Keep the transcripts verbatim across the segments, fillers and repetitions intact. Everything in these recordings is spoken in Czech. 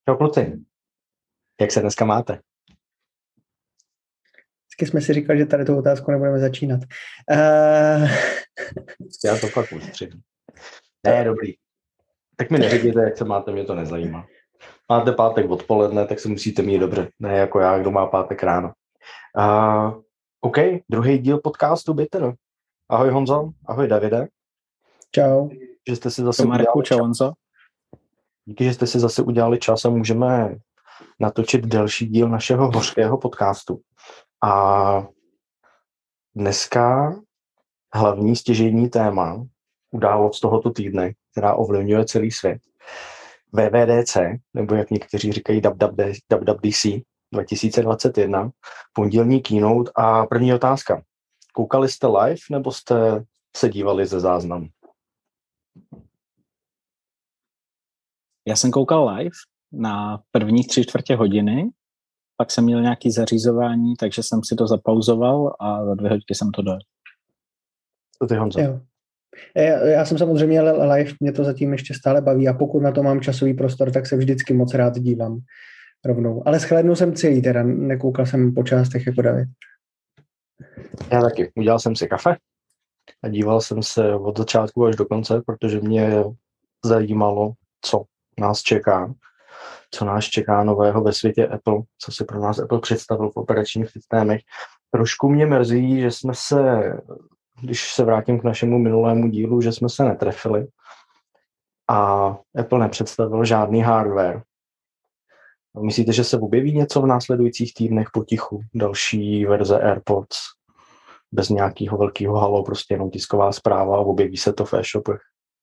Čau kluci, jak se dneska máte? Vždycky jsme si říkali, že tady tu otázku nebudeme začínat. Uh... Já to fakt ustřihnu. Ne, dobrý. Tak mi neříkejte, jak se máte, mě to nezajímá. Máte pátek odpoledne, tak se musíte mít dobře. Ne jako já, kdo má pátek ráno. Uh, OK, druhý díl podcastu Bitter. Ahoj Honzo, ahoj Davide. Čau. Že jste si zase čau Marku, udělali čau Honzo. Díky, že jste si zase udělali čas a můžeme natočit další díl našeho hořkého podcastu. A dneska hlavní stěžejní téma událost tohoto týdne, která ovlivňuje celý svět. W W D C, nebo jak někteří říkají W W D C dva tisíce dvacet jedna, pondělní keynote a první otázka. Koukali jste live, nebo jste se dívali ze záznamu? Já jsem koukal live na první tři čtvrtě hodiny, pak jsem měl nějaké zařizování, takže jsem si to zapauzoval a za dvě hodiny jsem to dojel. To ty, Honzo. Jo. Já, já jsem samozřejmě live, mě to zatím ještě stále baví a pokud na to mám časový prostor, tak se vždycky moc rád dívám rovnou. Ale shlédnul jsem celý, teda nekoukal jsem po částech jako David. Já taky. Udělal jsem si kafe a díval jsem se od začátku až do konce, protože mě zajímalo, co nás čeká, co nás čeká nového ve světě Apple, co si pro nás Apple představil v operačních systémech. Trošku mě mrzí, že jsme se, když se vrátím k našemu minulému dílu, že jsme se netrefili a Apple nepředstavil žádný hardware. Myslíte, že se objeví něco v následujících týdnech potichu? Další verze AirPods bez nějakého velkého halo, prostě jenom tisková zpráva a objeví se to v e-shopech?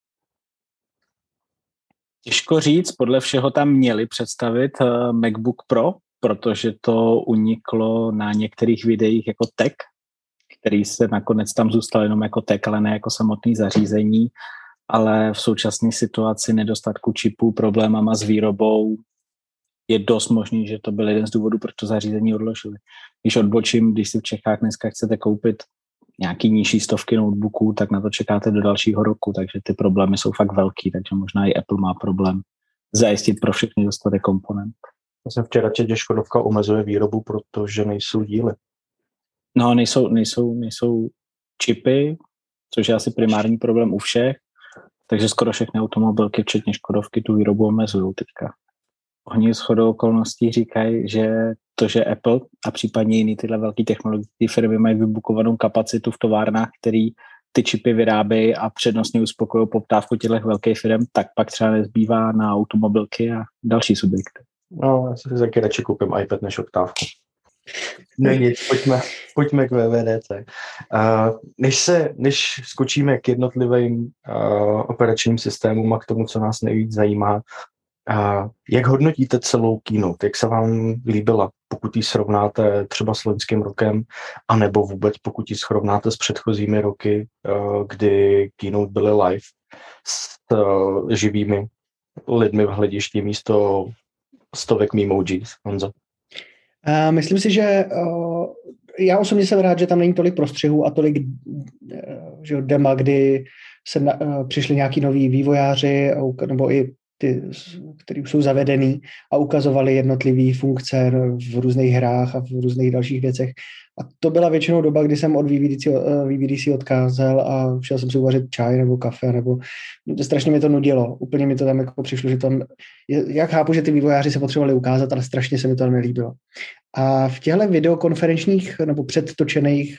Těžko říct, podle všeho tam měli představit uh, MacBook Pro, protože to uniklo na některých videích jako tech, který se nakonec tam zůstal jenom jako tech, ale ne jako samotný zařízení, ale v současné situaci nedostatku čipů, problémama s výrobou je dost možný, že to byl jeden z důvodů, proč to zařízení odložili. Když odbočím, když si v Čechách dneska chcete koupit nějaký nižší stovky notebooků, tak na to čekáte do dalšího roku, takže ty problémy jsou fakt velký, takže možná i Apple má problém zajistit pro všechny dostatek komponent. Já jsem včera četl, že Škodovka omezuje výrobu, protože nejsou díly. No, nejsou, nejsou, nejsou čipy, což je asi primární problém u všech, takže skoro všechny automobilky, včetně Škodovky, tu výrobu omezují teďka. Oni shodou okolností říkají, že to, že Apple a případně jiný tyhle velké technologické firmy mají vybukovanou kapacitu v továrnách, který ty čipy vyrábějí a přednostně uspokojují poptávku těchto velkých firm, tak pak třeba nezbývá na automobilky a další subjekty. No, já si taky radši koupím iPad než oktávku. No nic, pojďme, pojďme k W W D C. Uh, než, se, než skočíme k jednotlivým uh, operačním systémům a k tomu, co nás nejvíc zajímá, Uh, jak hodnotíte celou keynote? Jak se vám líbila, pokud ji srovnáte třeba s loňským rokem, anebo vůbec pokud ji srovnáte s předchozími roky, uh, kdy keynote byly live s uh, živými lidmi v hledišti místo stovek memojis? Honzo? Uh, myslím si, že uh, já osobně jsem rád, že tam není tolik prostřihů a tolik uh, že dema, kdy se na, uh, přišli nějaký noví vývojáři nebo i ty, který už jsou zavedený a ukazovali jednotlivé funkce v různých hrách a v různých dalších věcech. A to byla většinou doba, kdy jsem od V V D C, V V D C odkázel a šel jsem si uvařit čaj nebo kafe, nebo strašně mi to nudilo. Úplně mi to tam jako přišlo, že tam, já chápu, že ty vývojáři se potřebovali ukázat, ale strašně se mi to nelíbilo. A v těchto videokonferenčních nebo předtočených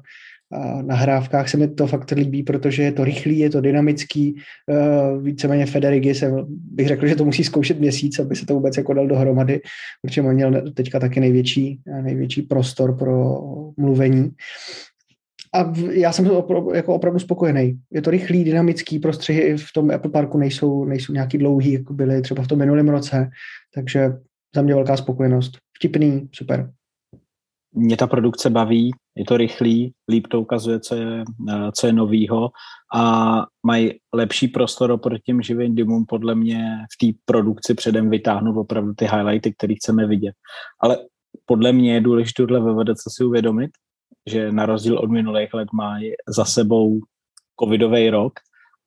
a nahrávkách se mi to fakt líbí, protože je to rychlý, je to dynamický, víceméně Federigy se, bych řekl, že to musí zkoušet měsíc, aby se to vůbec jako dal dohromady, protože on měl teďka taky největší, největší prostor pro mluvení. A já jsem opr- jako opravdu spokojený. Je to rychlý, dynamický, prostřihy v tom Apple Parku nejsou, nejsou nějaký dlouhý, jako byly třeba v tom minulém roce, takže za mě velká spokojenost. Vtipný, super. Mě ta produkce baví, je to rychlý, líp to ukazuje, co je, co je novýho a mají lepší prostor oproti těm živým dymům podle mě v té produkci předem vytáhnout opravdu ty highlighty, které chceme vidět. Ale podle mě je důležité tohle V V D C si uvědomit, že na rozdíl od minulých let má za sebou covidový rok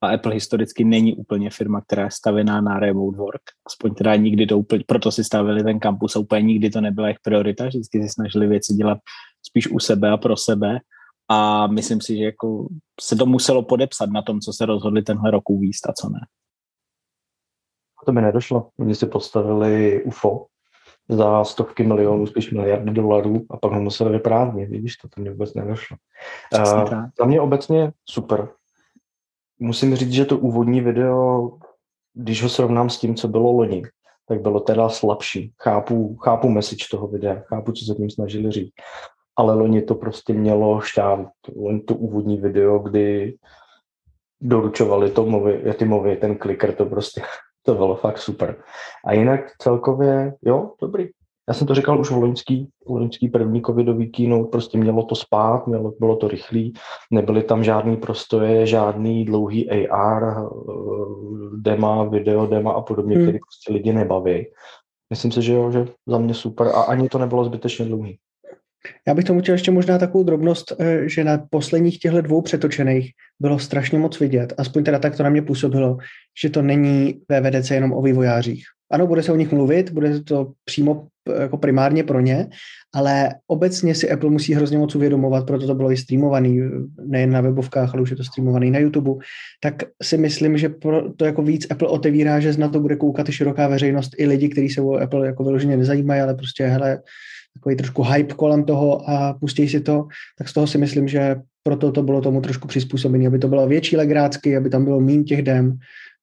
A Apple historicky není úplně firma, která je stavěná na remote work. Aspoň teda nikdy to úplně, proto si stavili ten kampus a úplně nikdy to nebyla jejich priorita. Vždycky si snažili věci dělat spíš u sebe a pro sebe. A myslím si, že jako se to muselo podepsat na tom, co se rozhodli tenhle rok uvízt a co ne. To mi nedošlo. Oni si postavili U F O za stovky milionů, spíš miliardy dolarů a pak ho museli vyprázdnit. Vidíš, to, to mě vůbec nedošlo. Uh, za mě obecně super. Musím říct, že to úvodní video, když ho srovnám s tím, co bylo loni, tak bylo teda slabší. Chápu, chápu message toho videa, chápu, co se tím snažili říct. Ale loni to prostě mělo šťávu. Loni to úvodní video, kdy doručovali Tomovi, Jatimovi ten clicker, to prostě to bylo fakt super. A jinak celkově, jo, dobrý. Já jsem to říkal už v loňský, loňský první covidový keynote, prostě mělo to spát, mělo, bylo to rychlý, nebyly tam žádný prostoje, žádný dlouhý A R, dema, video, dema a podobně, hmm. které prostě lidi nebaví. Myslím si, že jo, že za mě super a ani to nebylo zbytečně dlouhý. Já bych tomu chtěl ještě možná takovou drobnost, že na posledních těchto dvou přetočených bylo strašně moc vidět, aspoň teda tak to na mě působilo, že to není V V D C jenom o vývojářích. Ano, bude se o nich mluvit, bude to přímo jako primárně pro ně, ale obecně si Apple musí hrozně moc uvědomovat, proto to bylo i streamovaný, nejen na webovkách, ale už je to streamovaný na YouTube, tak si myslím, že to jako víc Apple otevírá, že na to bude koukat i široká veřejnost, i lidi, kteří se o Apple jako vyloženě nezajímají, ale prostě hele, takový trošku hype kolem toho a pustí si to, tak z toho si myslím, že proto to bylo tomu trošku přizpůsobené, aby to bylo větší legrácky, aby tam bylo míň těch dem.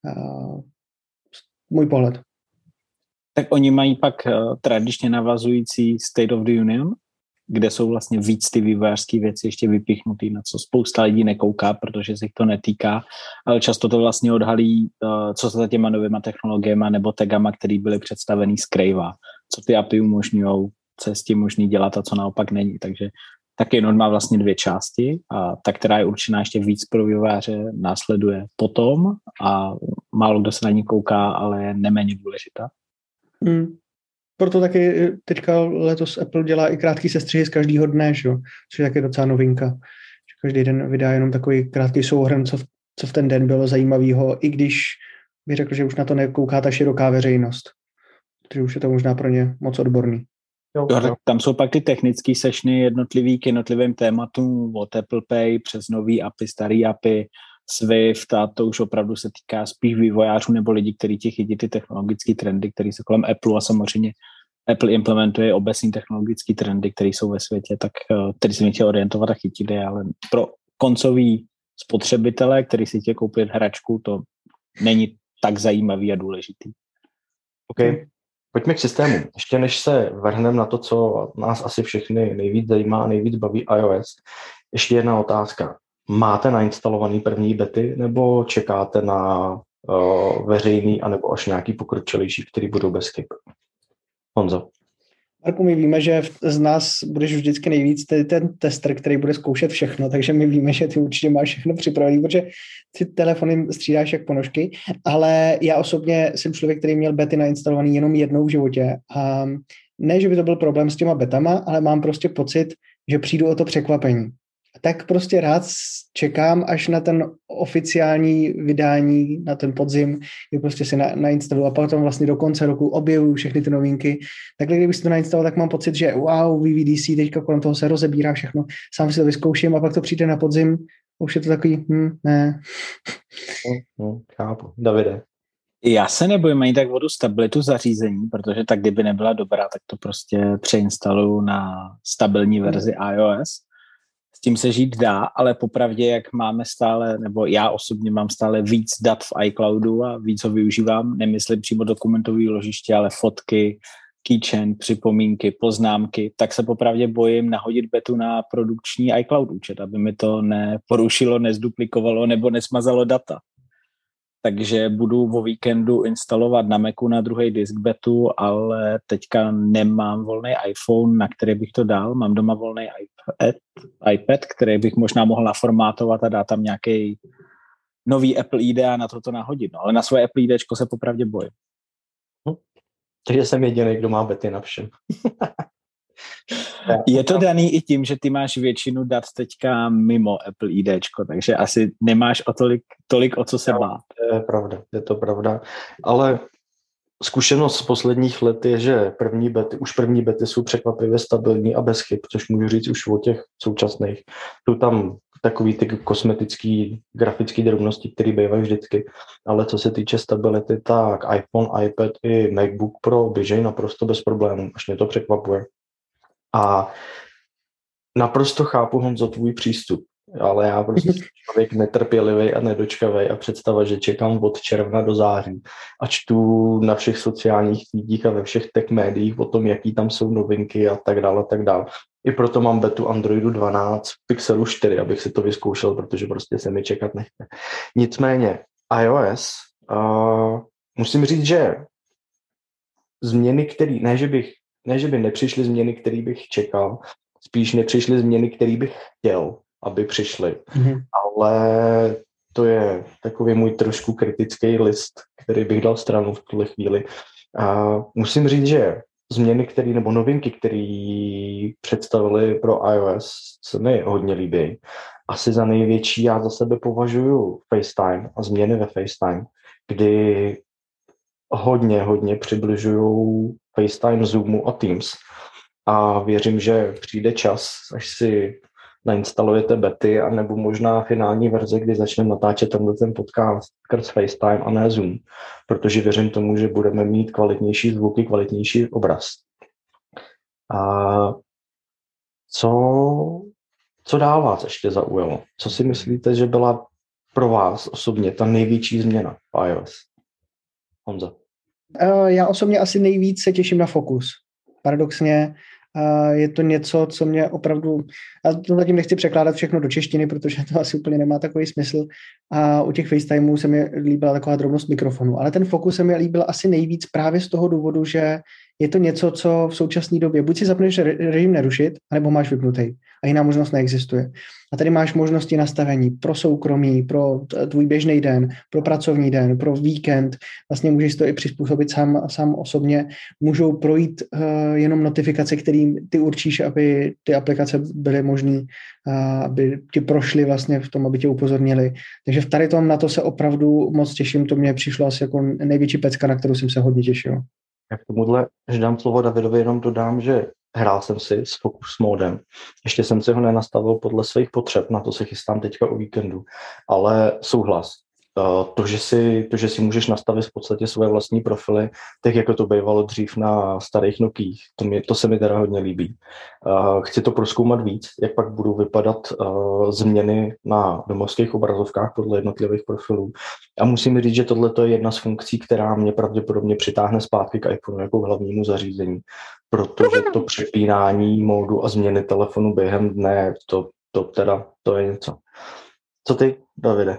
Můj pohled. Tak oni mají pak uh, tradičně navazující State of the Union, kde jsou vlastně víc ty vývojářské věci ještě vypichnutý, na co spousta lidí nekouká, protože se jich to netýká, ale často to vlastně odhalí, uh, co se za těma novýma technologiemi nebo tagama, které byly představený z Crave, co ty A P I umožňují, co je s tím možný dělat a co naopak není. Takže taky Node má vlastně dvě části a ta, která je určená ještě víc pro vývojáře, následuje potom a málo kdo se na ní kouká, ale je neméně důležitá. Hmm. Proto taky teďka letos Apple dělá i krátký sestřihy z každého dne, že? Což je taky docela novinka. Že každý den vydá jenom takový krátký souhrn, co v, co v ten den bylo zajímavého, i když bych řekl, že už na to nekouká ta široká veřejnost. Takže už je to možná pro ně moc odborný. Jo, jo. Tam jsou pak ty technické sessiony jednotlivý k jednotlivým tématům od Apple Pay přes nový A P I, starý A P I, Swift a to už opravdu se týká spíš vývojářů nebo lidí, kteří ti chytí ty technologické trendy, které jsou kolem Apple a samozřejmě Apple implementuje obecní technologické trendy, které jsou ve světě, tak který se mi chtěl orientovat a chytit je, ale pro koncový spotřebitele, který si chtěl koupit hračku, to není tak zajímavý a důležitý. OK. Pojďme k systému. Ještě než se vrhneme na to, co nás asi všechny nejvíc zajímá a nejvíc baví iOS, ještě jedna otázka. Máte nainstalovaný první bety nebo čekáte na uh, veřejný anebo až nějaký pokročilejší, který budou bez chyb? Honzo. Marku, my víme, že z nás budeš vždycky nejvíc ty ten tester, který bude zkoušet všechno, takže my víme, že ty určitě máš všechno připravené, protože ty telefony střídáš jak ponožky, ale já osobně jsem člověk, který měl bety nainstalovaný jenom jednou v životě a ne, že by to byl problém s těma betama, ale mám prostě pocit, že přijdu o to překvapení. Tak prostě rád čekám až na ten oficiální vydání, na ten podzim, kdy prostě si na, nainstaluju a potom vlastně do konce roku objevuju všechny ty novinky. Takhle, kdybych si to nainstaloval, tak mám pocit, že wow, V V D C, teďka kolem toho se rozebírá všechno, sám si to vyzkouším a pak to přijde na podzim, už je to takový, hm, ne. Hmm, chápu. Davide. Já se nebojím ani tak o tu stabilitu zařízení, protože tak kdyby nebyla dobrá, tak to prostě přeinstaluju na stabilní verzi iOS. S tím se žít dá, ale popravdě, jak máme stále, nebo já osobně mám stále víc dat v iCloudu a víc ho využívám, nemyslím přímo dokumentové ložiště, ale fotky, keychain, připomínky, poznámky, tak se popravdě bojím nahodit betu na produkční iCloud účet, aby mi to neporušilo, nezduplikovalo nebo nesmazalo data. Takže budu o víkendu instalovat na Macu na druhý disk betu, ale teďka nemám volný iPhone, na který bych to dal. Mám doma volný iPad, iPad, který bych možná mohl naformátovat a dát tam nějaký nový Apple I D a na to to nahodit. No, ale na svoje Apple IDčko se popravdě bojím. Hm. Takže jsem jediný, kdo má bety na všem. Je to daný i tím, že ty máš většinu dat teďka mimo Apple IDčko, takže asi nemáš o tolik, tolik o co se bát. Je pravda, je to pravda. Ale zkušenost z posledních let je, že první bety, už první bety jsou překvapivě stabilní a bez chyb, což můžu říct už o těch současných. Jsou tam takový ty kosmetický, grafický drobnosti, které bývají vždycky, ale co se týče stability, tak iPhone, iPad i MacBook Pro běžejí naprosto bez problémů, až mě to překvapuje. A naprosto chápu, Honzo, tvůj přístup, ale já prostě jsem člověk netrpělivý a nedočkavý a představa, že čekám od června do září a čtu na všech sociálních sítích a ve všech tech médiích o tom, jaký tam jsou novinky a tak dále, a tak dále. I proto mám betu Androidu dvanáct, Pixelu čtyři, abych si to vyzkoušel, protože prostě se mi čekat nechce. Nicméně iOS, uh, musím říct, že změny, které, ne, že bych, ne, že by nepřišly změny, které bych čekal, spíš nepřišly změny, které bych chtěl, aby přišly. Mm-hmm. Ale to je takový můj trošku kritický list, který bych dal stranu v tuhle chvíli. Uh, musím říct, že změny, které, nebo novinky, které představili pro iOS, se mi hodně líbí. Asi za největší já za sebe považuji FaceTime a změny ve FaceTime, kdy hodně, hodně přibližují FaceTime, Zoomu a Teams. A věřím, že přijde čas, až si nainstalujete bety, anebo možná finální verze, kdy začneme natáčet tenhle ten podcast skrz FaceTime a ne Zoom, protože věřím tomu, že budeme mít kvalitnější zvuky, kvalitnější obraz. A co, co dál vás ještě zaujalo? Co si myslíte, že byla pro vás osobně ta největší změna v iOS? Honza. Já osobně asi nejvíc se těším na fokus. Paradoxně je to něco, co mě opravdu, já to zatím nechci překládat všechno do češtiny, protože to asi úplně nemá takový smysl, a u těch FaceTimeů se mi líbila taková drobnost mikrofonu, ale ten fokus se mi líbil asi nejvíc právě z toho důvodu, že je to něco, co v současné době buď si zapneš režim nerušit, anebo máš vypnutý a jiná možnost neexistuje. A tady máš možnosti nastavení pro soukromí, pro tvůj běžný den, pro pracovní den, pro víkend. Vlastně můžeš to i přizpůsobit sám, sám osobně. Můžou projít uh, jenom notifikace, kterým ty určíš, aby ty aplikace byly možné, uh, aby ti prošly vlastně v tom, aby tě upozornili. Takže v tady tom na to se opravdu moc těším. To mě přišlo asi jako největší pecka, na kterou jsem se hodně těšil. Já k tomuhle, že dám slovo Davidovi, jenom dodám, že hrál jsem si s focus modem. Ještě jsem si ho nenastavil podle svých potřeb, na to se chystám teďka o víkendu. Ale souhlas. To, že si, to, že si můžeš nastavit v podstatě svoje vlastní profily, tak jako to bývalo dřív na starých Nokiích, to, mě, to se mi teda hodně líbí. Chci to prozkoumat víc, jak pak budou vypadat změny na domovských obrazovkách podle jednotlivých profilů. A musím říct, že tohle je jedna z funkcí, která mě pravděpodobně přitáhne zpátky k iPhoneu jako hlavnímu zařízení, protože to přepínání módu a změny telefonu během dne, to, to teda, to je něco. Co ty, Davide?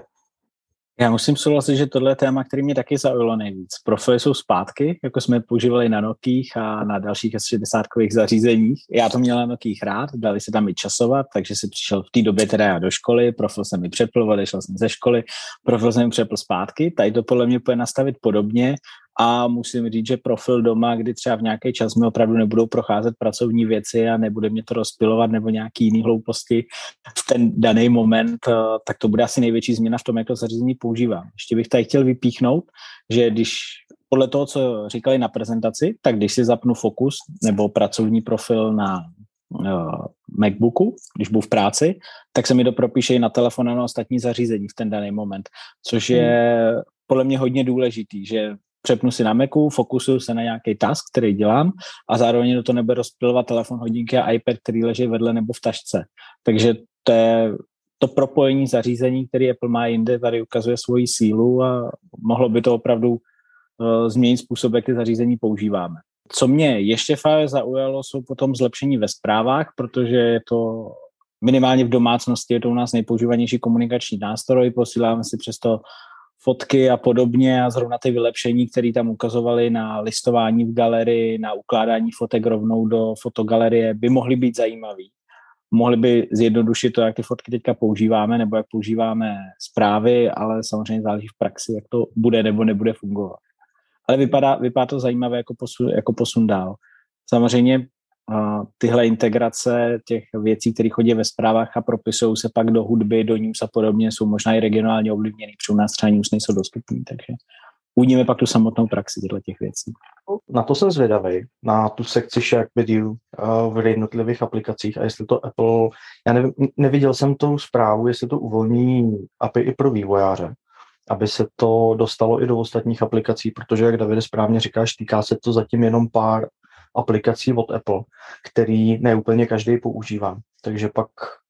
Já musím souhlasit, že tohle je téma, který mě taky zaujalo nejvíc. Profily jsou zpátky, jako jsme používali na Nokiích a na dalších šedesátkových zařízeních. Já to měl na Nokiích rád, dali se tam i časovat, takže si přišel v té době teda já do školy, profil jsem mi přepl, odešel jsem ze školy, profil jsem mi přepl zpátky, tady to podle mě půjde nastavit podobně. A musím říct, že profil doma, kdy třeba v nějaký čas mi opravdu nebudou procházet pracovní věci a nebude mě to rozpilovat nebo nějaký jiný hlouposti v ten daný moment, tak to bude asi největší změna v tom, jak to zařízení používám. Ještě bych tady chtěl vypíchnout, že když podle toho, co říkali na prezentaci, tak když si zapnu fokus nebo pracovní profil na uh, MacBooku, když budu v práci, tak se mi to propíše i na telefon a na ostatní zařízení v ten daný moment, což je hmm. podle mě hodně důležitý, že přepnu si na Macu, fokusuju se na nějaký task, který dělám a zároveň do toho nebude rozpilovat telefon, hodinky a iPad, který leží vedle nebo v tašce. Takže to je to propojení zařízení, který Apple má jinde, tady ukazuje svoji sílu a mohlo by to opravdu uh, změnit způsob, jak ty zařízení používáme. Co mě ještě fakt zaujalo, jsou potom zlepšení ve zprávách, protože je to minimálně v domácnosti, je to u nás nejpoužívanější komunikační nástroj, posíláme si přes to fotky a podobně a zrovna ty vylepšení, které tam ukazovali na listování v galerii, na ukládání fotek rovnou do fotogalerie, by mohly být zajímavý. Mohly by zjednodušit to, jak ty fotky teďka používáme, nebo jak používáme zprávy, ale samozřejmě záleží v praxi, jak to bude nebo nebude fungovat. Ale vypadá, vypadá to zajímavé jako posun, jako posun dál. Samozřejmě uh, tyhle integrace těch věcí, které chodí ve zprávách a propisují se pak do hudby, do news a podobně, jsou možná i regionálně ovlivněný, protože u nás třeba news nejsou dostupný, takže uvidíme pak tu samotnou praxi těchto těch věcí. Na to jsem zvědavý, na tu sekci Share Video uh, v jednotlivých aplikacích a jestli to Apple, já nevím, neviděl jsem tu zprávu, jestli to uvolní A P I i pro vývojáře, aby se to dostalo i do ostatních aplikací, protože, jak Davide správně říkáš, týká se to zatím jenom pár aplikací od Apple, který neúplně každý používá. Takže pak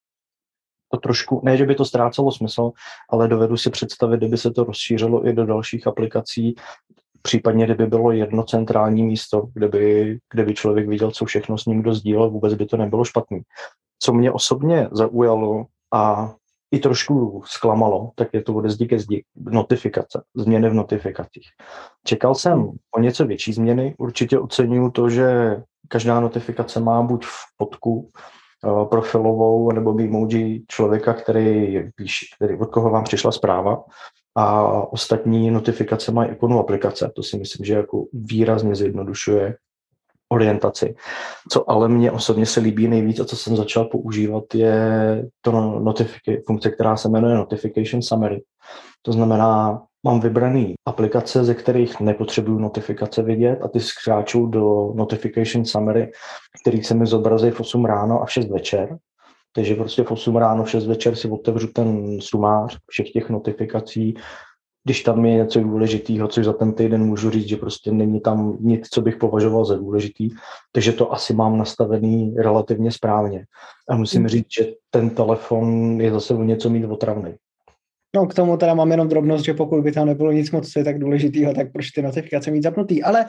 to trošku, ne, že by to ztrácelo smysl, ale dovedu si představit, kdyby se to rozšířilo i do dalších aplikací, případně kdyby bylo jedno centrální místo, kde by, kde by člověk viděl, co všechno s ním kdo sdílel, vůbec by to nebylo špatný. Co mě osobně zaujalo a i trošku zklamalo, tak je to ode zdi ke zdi, notifikace, změny v notifikacích. Čekal jsem o něco větší změny, určitě oceňuju to, že každá notifikace má buď fotku uh, profilovou, nebo emoji člověka, který píše, který, od koho vám přišla zpráva, a ostatní notifikace mají ikonu aplikace. To si myslím, že jako výrazně zjednodušuje orientaci. Co ale mě osobně se líbí nejvíc a co jsem začal používat, je to notifika- funkce, která se jmenuje Notification Summary. To znamená, mám vybraný aplikace, ze kterých nepotřebuju notifikace vidět a ty skráčou do Notification Summary, který se mi zobrazí v osm ráno a v šest večer. Takže prostě v osm ráno, v šest večer si otevřu ten sumář všech těch notifikací. Když tam je něco důležitého, což za ten týden můžu říct, že prostě není tam nic, co bych považoval za důležitý, takže to asi mám nastavený relativně správně. A musím říct, že ten telefon je zase o něco mít otravný. No k tomu teda mám jenom drobnost, že pokud by tam nebylo nic moc, co je tak důležitého, tak proč ty notifikace mít zapnutý. Ale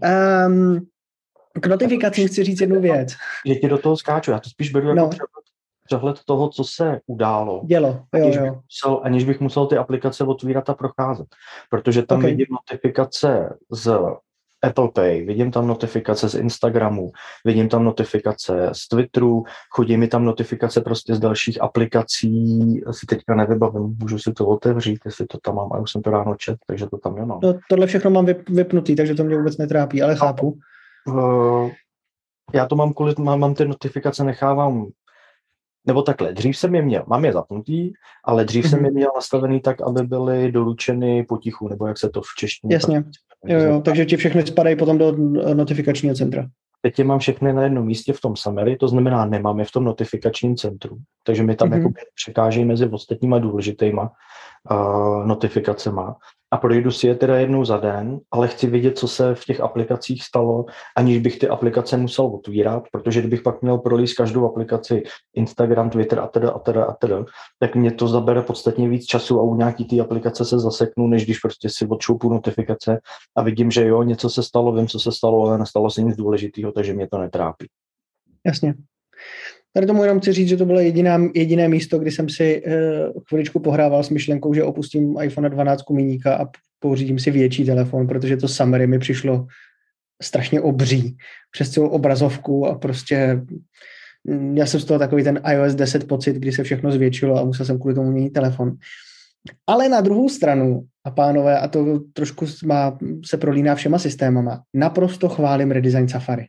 um, k notifikacím chci říct jednu věc. Že ti do toho skáču, já to spíš beru jako no. přehled toho, co se událo, Dělo, jo, aniž, jo. Bych musel, aniž bych musel ty aplikace otvírat a procházet. Protože tam okay. vidím notifikace z Apple Pay, vidím tam notifikace z Instagramu, vidím tam notifikace z Twitteru, chodí mi tam notifikace prostě z dalších aplikací, asi teďka nevybavím, můžu si to otevřít, jestli to tam mám, a už jsem to ráno čet, takže to tam nemám. No, tohle všechno mám vyp- vypnutý, takže to mě vůbec netrápí, ale chápu. Uh, já to mám kvůli, mám, mám ty notifikace, nechávám. Nebo takhle, dřív jsem je měl, mám je zapnutý, ale dřív mm-hmm. jsem je měl nastavený tak, aby byly doručeny potichu, nebo jak se to v češtině... Jasně, tak, jo, jo, takže ti všechny spadají potom do notifikačního centra. Teď je mám všechny na jednom místě v tom summary, to znamená, nemám je v tom notifikačním centru, takže mi tam mm-hmm. jako překážejí mezi ostatníma důležitýma uh, notifikacema. A projdu si je teda jednou za den, ale chci vidět, co se v těch aplikacích stalo, aniž bych ty aplikace musel otvírat, protože kdybych pak měl prolíst každou aplikaci Instagram, Twitter a teda a teda a teda, tak mě to zabere podstatně víc času a u nějaký té aplikace se zaseknu, než když prostě si odšoupu notifikace a vidím, že jo, něco se stalo, vím, co se stalo, ale nestalo se nic důležitého, takže mě to netrápí. Jasně. Tady tomu jenom chci říct, že to bylo jediná, jediné místo, kdy jsem si uh, chviličku pohrával s myšlenkou, že opustím iPhone dvanáct miníka a pořídím si větší telefon, protože to summary mi přišlo strašně obří přes celou obrazovku a prostě já jsem z toho takový ten iOS deset pocit, kdy se všechno zvětšilo a musel jsem kvůli tomu měnit telefon. Ale na druhou stranu, a pánové, a to trošku má, se prolíná všema systémama, naprosto chválím redesign Safari.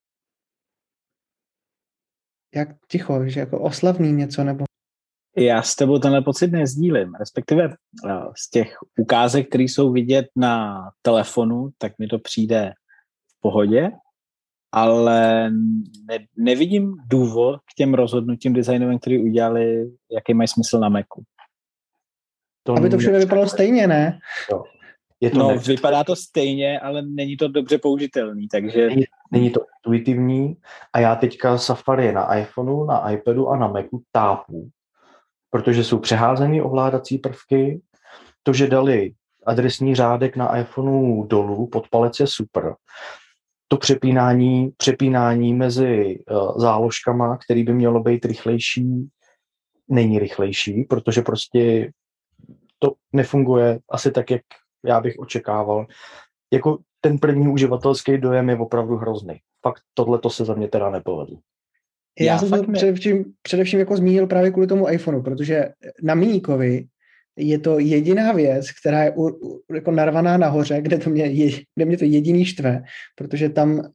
Jak ticho, že jako oslavný něco, nebo... Já s tebou tenhle pocit nezdílím, respektive z těch ukázek, které jsou vidět na telefonu, tak mi to přijde v pohodě, ale ne, nevidím důvod k těm rozhodnutím designovým, které udělali, jaký mají smysl na Macu. To Aby to všude vypadalo stejně, ne? Jo. Je to no, nechci. Vypadá to stejně, ale není to dobře použitelný, takže... Není, není to intuitivní a já teďka Safari na iPhoneu, na iPadu a na Macu tápu, protože jsou přeházený ovládací prvky, to, že dali adresní řádek na iPhoneu dolů, pod palec je super. To přepínání, přepínání mezi uh, záložkama, který by mělo být rychlejší, není rychlejší, protože prostě to nefunguje asi tak, jak já bych očekával. Jako ten první uživatelský dojem je opravdu hrozný. Fakt tohleto se za mě teda nepovedlo. Já, já jsem to ne... především, především jako zmínil právě kvůli tomu iPhoneu, protože na miníkovi je to jediná věc, která je u, u, jako narvaná nahoře, kde, to mě, je, kde mě to jediný štve, protože tam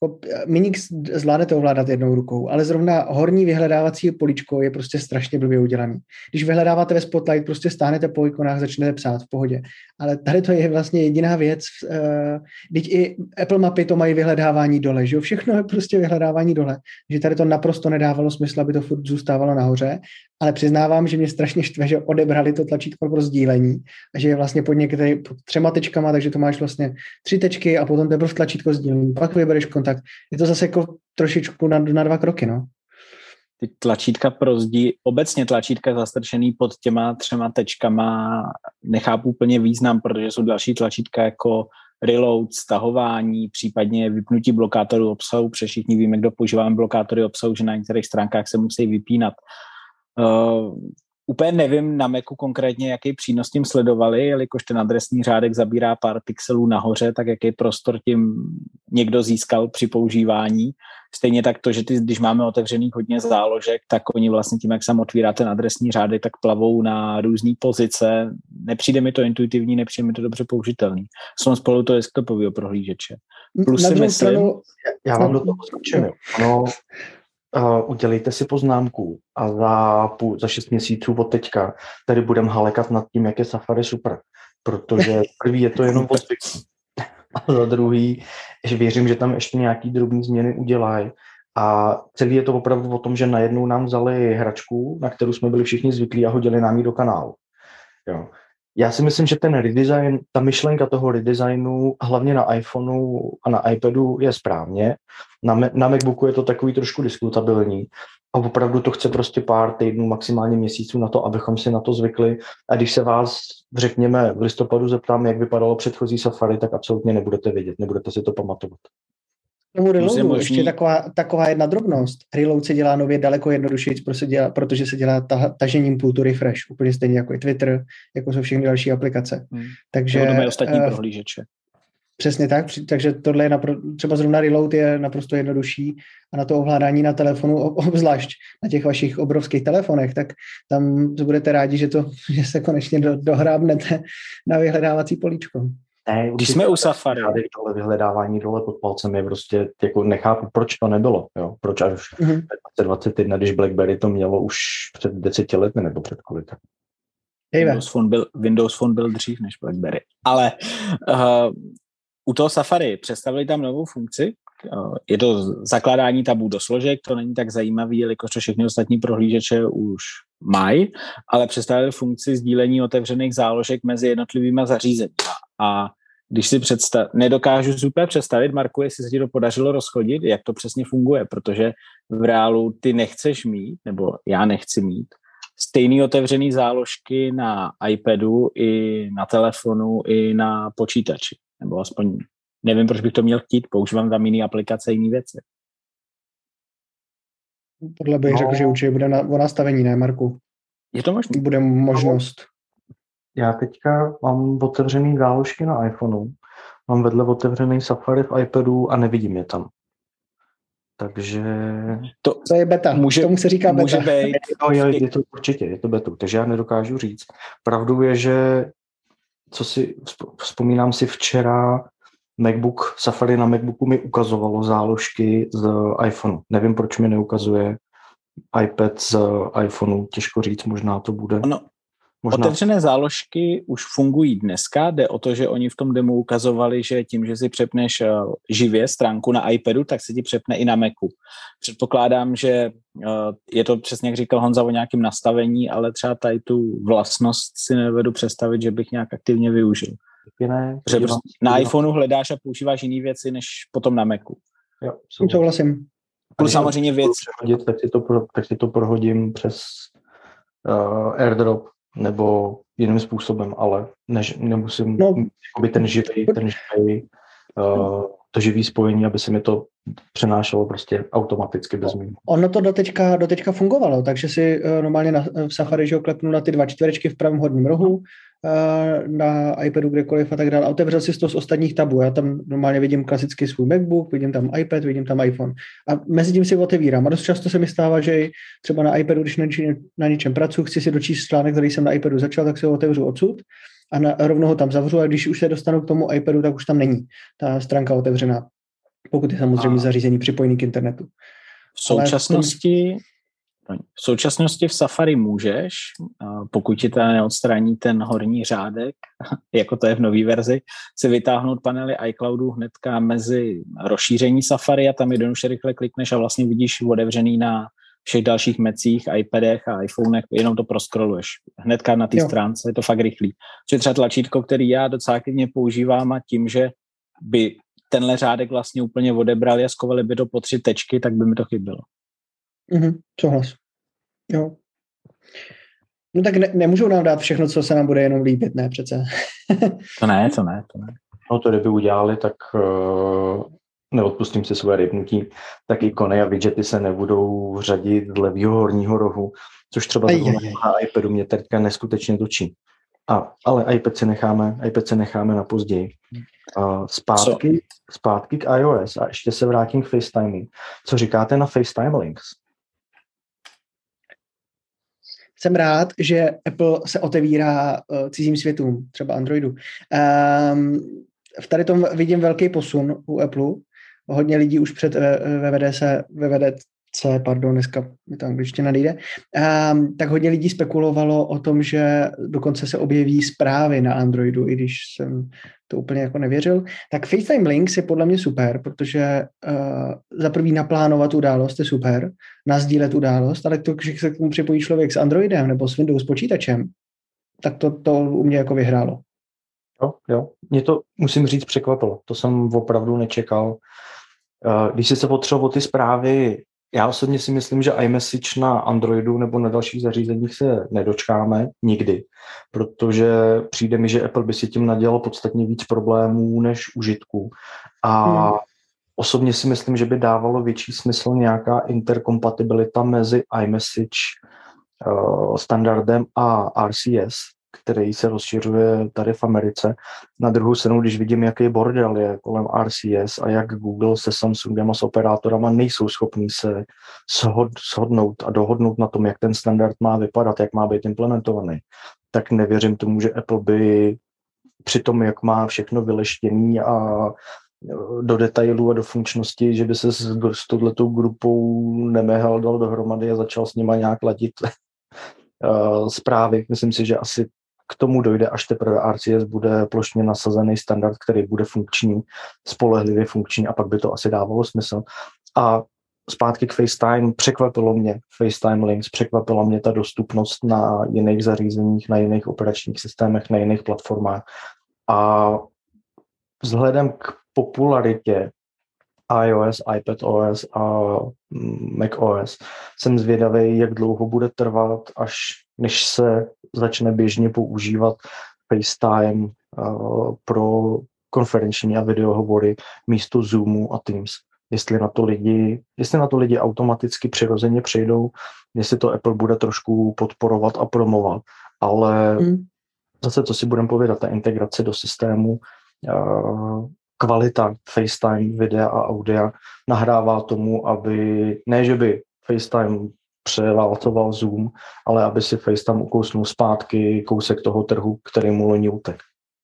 Minix zvládnete ovládat jednou rukou, ale zrovna horní vyhledávací políčko je prostě strašně blbě udělaný. Když vyhledáváte ve Spotlight, prostě stáhnete po ikonách, začnete psát v pohodě. Ale tady to je vlastně jediná věc. Teď i Apple mapy to mají vyhledávání dole, že jo? Všechno je prostě vyhledávání dole. Že tady to naprosto nedávalo smysl, aby to furt zůstávalo nahoře, ale přiznávám, že mě strašně štve, že odebrali to tlačítko pro sdílení a že je vlastně pod některý pod třema tečkama, takže to máš vlastně tři tečky a potom teprve tlačítko sdílení. Pak vybereš kontakt. Je to zase jako trošičku na, na dva kroky, no. Ty tlačítka pro zdí, obecně tlačítka zastrčený pod těma třema tečkama nechápu úplně význam, protože jsou další tlačítka jako reload, stahování, případně vypnutí blokátoru obsahu, protože všichni víme, kdo používáme blokátory obsahu, že na některých stránkách se musí vypínat. Uh, úplně nevím na Macu konkrétně, jaký přínos tím sledovali, jelikož ten adresní řádek zabírá pár pixelů nahoře, tak jaký prostor tím někdo získal při používání. Stejně tak to, že ty, když máme otevřených hodně záložek, tak oni vlastně tím, jak sam otvírá ten adresní řádek, tak plavou na různé pozice. Nepřijde mi to intuitivní, nepřijde mi to dobře použitelný. Jsou spolu to desktopového prohlížeče. Plus si myslím... Stranu... Já vám do toho skočím. Ano, Uh, udělejte si poznámku a za, půl, za šest měsíců od teďka tady budeme halekat nad tím, jak je Safari super, protože prvý je to jenom o zvyku. A za druhý, že věřím, že tam ještě nějaký drobný změny udělají a celý je to opravdu o tom, že najednou nám vzali hračku, na kterou jsme byli všichni zvyklí a hodili nám ji do kanálu. Jo. Já si myslím, že ten redesign, ta myšlenka toho redesignu, hlavně na iPhoneu a na iPadu je správně. Na, na MacBooku je to takový trošku diskutabilní a opravdu to chce prostě pár týdnů, maximálně měsíců na to, abychom si na to zvykli. A když se vás, řekněme, v listopadu zeptám, jak vypadalo předchozí Safari, tak absolutně nebudete vědět, nebudete si to pamatovat. Tomu reloadu možný... ještě taková, taková jedna drobnost. Reload se dělá nově daleko jednodušeji, protože se dělá ta, tažením pultu refresh, úplně stejně jako je Twitter, jako jsou všechny další aplikace. Hmm. Takže to mají ostatní uh, prohlížeče. Přesně tak, takže tohle je napro, třeba zrovna reload je naprosto jednodušší a na to ovládání na telefonu, obzvlášť na těch vašich obrovských telefonech, tak tam budete rádi, že, to, že se konečně do, dohrábnete na vyhledávací políčko. Ne, když jsme u Safari. Dole vyhledávání dole pod palcem je prostě, jako nechápu, proč to nebylo, jo? Proč až mm-hmm. dvacet jedna, když BlackBerry to mělo už před deseti lety nebo před kolika. Windows Phone byl, Windows Phone byl dřív než BlackBerry. Ale uh, u toho Safari představili tam novou funkci. Uh, je to zakládání tabů do složek, to není tak zajímavý, jelikož to všechny ostatní prohlížeče už mají, ale představili funkci sdílení otevřených záložek mezi jednotlivými zařízeními. A když si představ, nedokážu super představit, Marku, jestli se ti to podařilo rozchodit, jak to přesně funguje, protože v reálu ty nechceš mít, nebo já nechci mít, stejný otevřený záložky na iPadu i na telefonu i na počítači. Nebo aspoň nevím, proč bych to měl chtít, používám tam jiný aplikace, jiný věci. Podle bych no. řekl, že určitě bude na, o nastavení, ne, Marku? Je to možné? Bude možnost. Já teďka mám otevřený záložky na iPhoneu, mám vedle otevřený Safari v iPadu a nevidím je tam. Takže... To, to je beta, může, tomu se říká beta. Může být. No, je, je to určitě, je to beta, takže já nedokážu říct. Pravdou je, že co si, vzpomínám si včera, MacBook, Safari na MacBooku mi ukazovalo záložky z iPhoneu. Nevím, proč mi neukazuje iPad z iPhoneu, těžko říct, možná to bude. No. Možná. Otevřené záložky už fungují dneska, jde o to, že oni v tom demo ukazovali, že tím, že si přepneš živě stránku na iPadu, tak se ti přepne i na Macu. Předpokládám, že je to přesně, jak říkal Honza, o nějakém nastavení, ale třeba tady tu vlastnost si nevedu představit, že bych nějak aktivně využil. Ne, prostě na iPhoneu hledáš a používáš jiné věci, než potom na Macu. Jo, souhlasím. Plus samozřejmě věc. Prohodit, tak, si to, tak si to prohodím přes uh, AirDrop nebo jiným způsobem, ale než, nemusím no, být ten živý, ten živý, uh, to živý spojení, aby se mi to přenášelo prostě automaticky bez mě. Ono to doteďka, doteďka fungovalo, takže si uh, normálně na, v Safari, že ho klepnu na ty dva čtverečky v pravém horním rohu, uh, na iPadu kdekoliv a tak dále. A otevřel si to z ostatních tabů. Já tam normálně vidím klasicky svůj MacBook, vidím tam iPad, vidím tam iPhone. A mezi tím si otevírám. A dost často se mi stává, že třeba na iPadu, když na, na něčem pracuji, chci si dočíst článek, který jsem na iPadu začal, tak si ho otevřu odsud a na, rovnou ho tam zavřu a když už se dostanu k tomu iPadu, tak už tam není ta stránka otevřená. pokud je samozřejmě A zařízení připojený k internetu. v současnosti, v současnosti v Safari můžeš, pokud ti teda neodstraní ten horní řádek, jako to je v nový verzi, si vytáhnout panely iCloudu hnedka mezi rozšíření Safari a tam jednoduše rychle klikneš a vlastně vidíš otevřený na všech dalších Macích, iPadech a iPhonech, jenom to proskroluješ. Hnedka na té stránce, je to fakt rychlý. Což je třeba tlačítko, který já docela aktivně používám a tím, že by tenhle řádek vlastně úplně odebrali a skovali by to po tři tečky, tak by mi to chybělo. Mhm, souhlas. Jo. No tak ne, nemůžou nám dát všechno, co se nám bude jenom líbit, ne přece. To ne, to ne, to ne. No to kdyby udělali, tak uh, neodpustím si své rybnutí, tak ikony a widgety se nebudou řadit z levýho horního rohu, což třeba na iPadu mě teďka neskutečně točí. A, ale iPad si necháme, iPad si necháme na později. Uh, zpátky, zpátky k iOS a ještě se vrátím k FaceTimeu. Co říkáte na FaceTime Links? Jsem rád, že Apple se otevírá uh, cizím světům, třeba Androidu. Um, v tady tom vidím velký posun u Apple. Hodně lidí už před V V D C, V V D C, pardon, dneska mi to angličtina nejde, um, tak hodně lidí spekulovalo o tom, že dokonce se objeví zprávy na Androidu, i když jsem to úplně jako nevěřil. Tak FaceTime Links je podle mě super, protože uh, za prvý naplánovat událost je super, nazdílet událost, ale to, když se k tomu připojí člověk s Androidem nebo s Windows počítačem, tak to, to u mě jako vyhrálo. Jo, jo. Mě to, musím říct, překvapilo. To jsem opravdu nečekal. Když jsi se potřeboval o ty zprávy, já osobně si myslím, že iMessage na Androidu nebo na dalších zařízeních se nedočkáme nikdy, protože přijde mi, že Apple by si tím nadělal podstatně víc problémů než užitků. A hmm. osobně si myslím, že by dávalo větší smysl nějaká interkompatibilita mezi iMessage uh, standardem a R C S, který se rozšiřuje tady v Americe. Na druhou stranu, když vidím, jaký bordel je kolem R C S a jak Google se Samsungem a s operátorama nejsou schopní se shod, shodnout a dohodnout na tom, jak ten standard má vypadat, jak má být implementovaný, tak nevěřím tomu, že Apple by při tom, jak má všechno vyleštěný a do detailů a do funkčnosti, že by se s, s touhletou grupou nemehal, dal dohromady a začal s nima nějak ladit uh, zprávy. Myslím si, že asi k tomu dojde, až teprve R C S bude plošně nasazený standard, který bude funkční, spolehlivě funkční a pak by to asi dávalo smysl. A zpátky k FaceTime, překvapilo mě FaceTime Links, překvapila mě ta dostupnost na jiných zařízeních, na jiných operačních systémech, na jiných platformách. A vzhledem k popularitě iOS, iPadOS a macOS jsem zvědavý, jak dlouho bude trvat, až než se začne běžně používat FaceTime uh, pro konferenční a videohovory místo Zoomu a Teams. Jestli na to lidi, jestli na to lidi automaticky přirozeně přejdou, jestli to Apple bude trošku podporovat a promovat, ale hmm. zase, co si budeme povědat, ta integrace do systému, uh, kvalita FaceTime videa a audia nahrává tomu, aby, ne že by FaceTime převálcoval Zoom, ale aby si FaceTime ukousnul zpátky kousek toho trhu, který mu loni utek.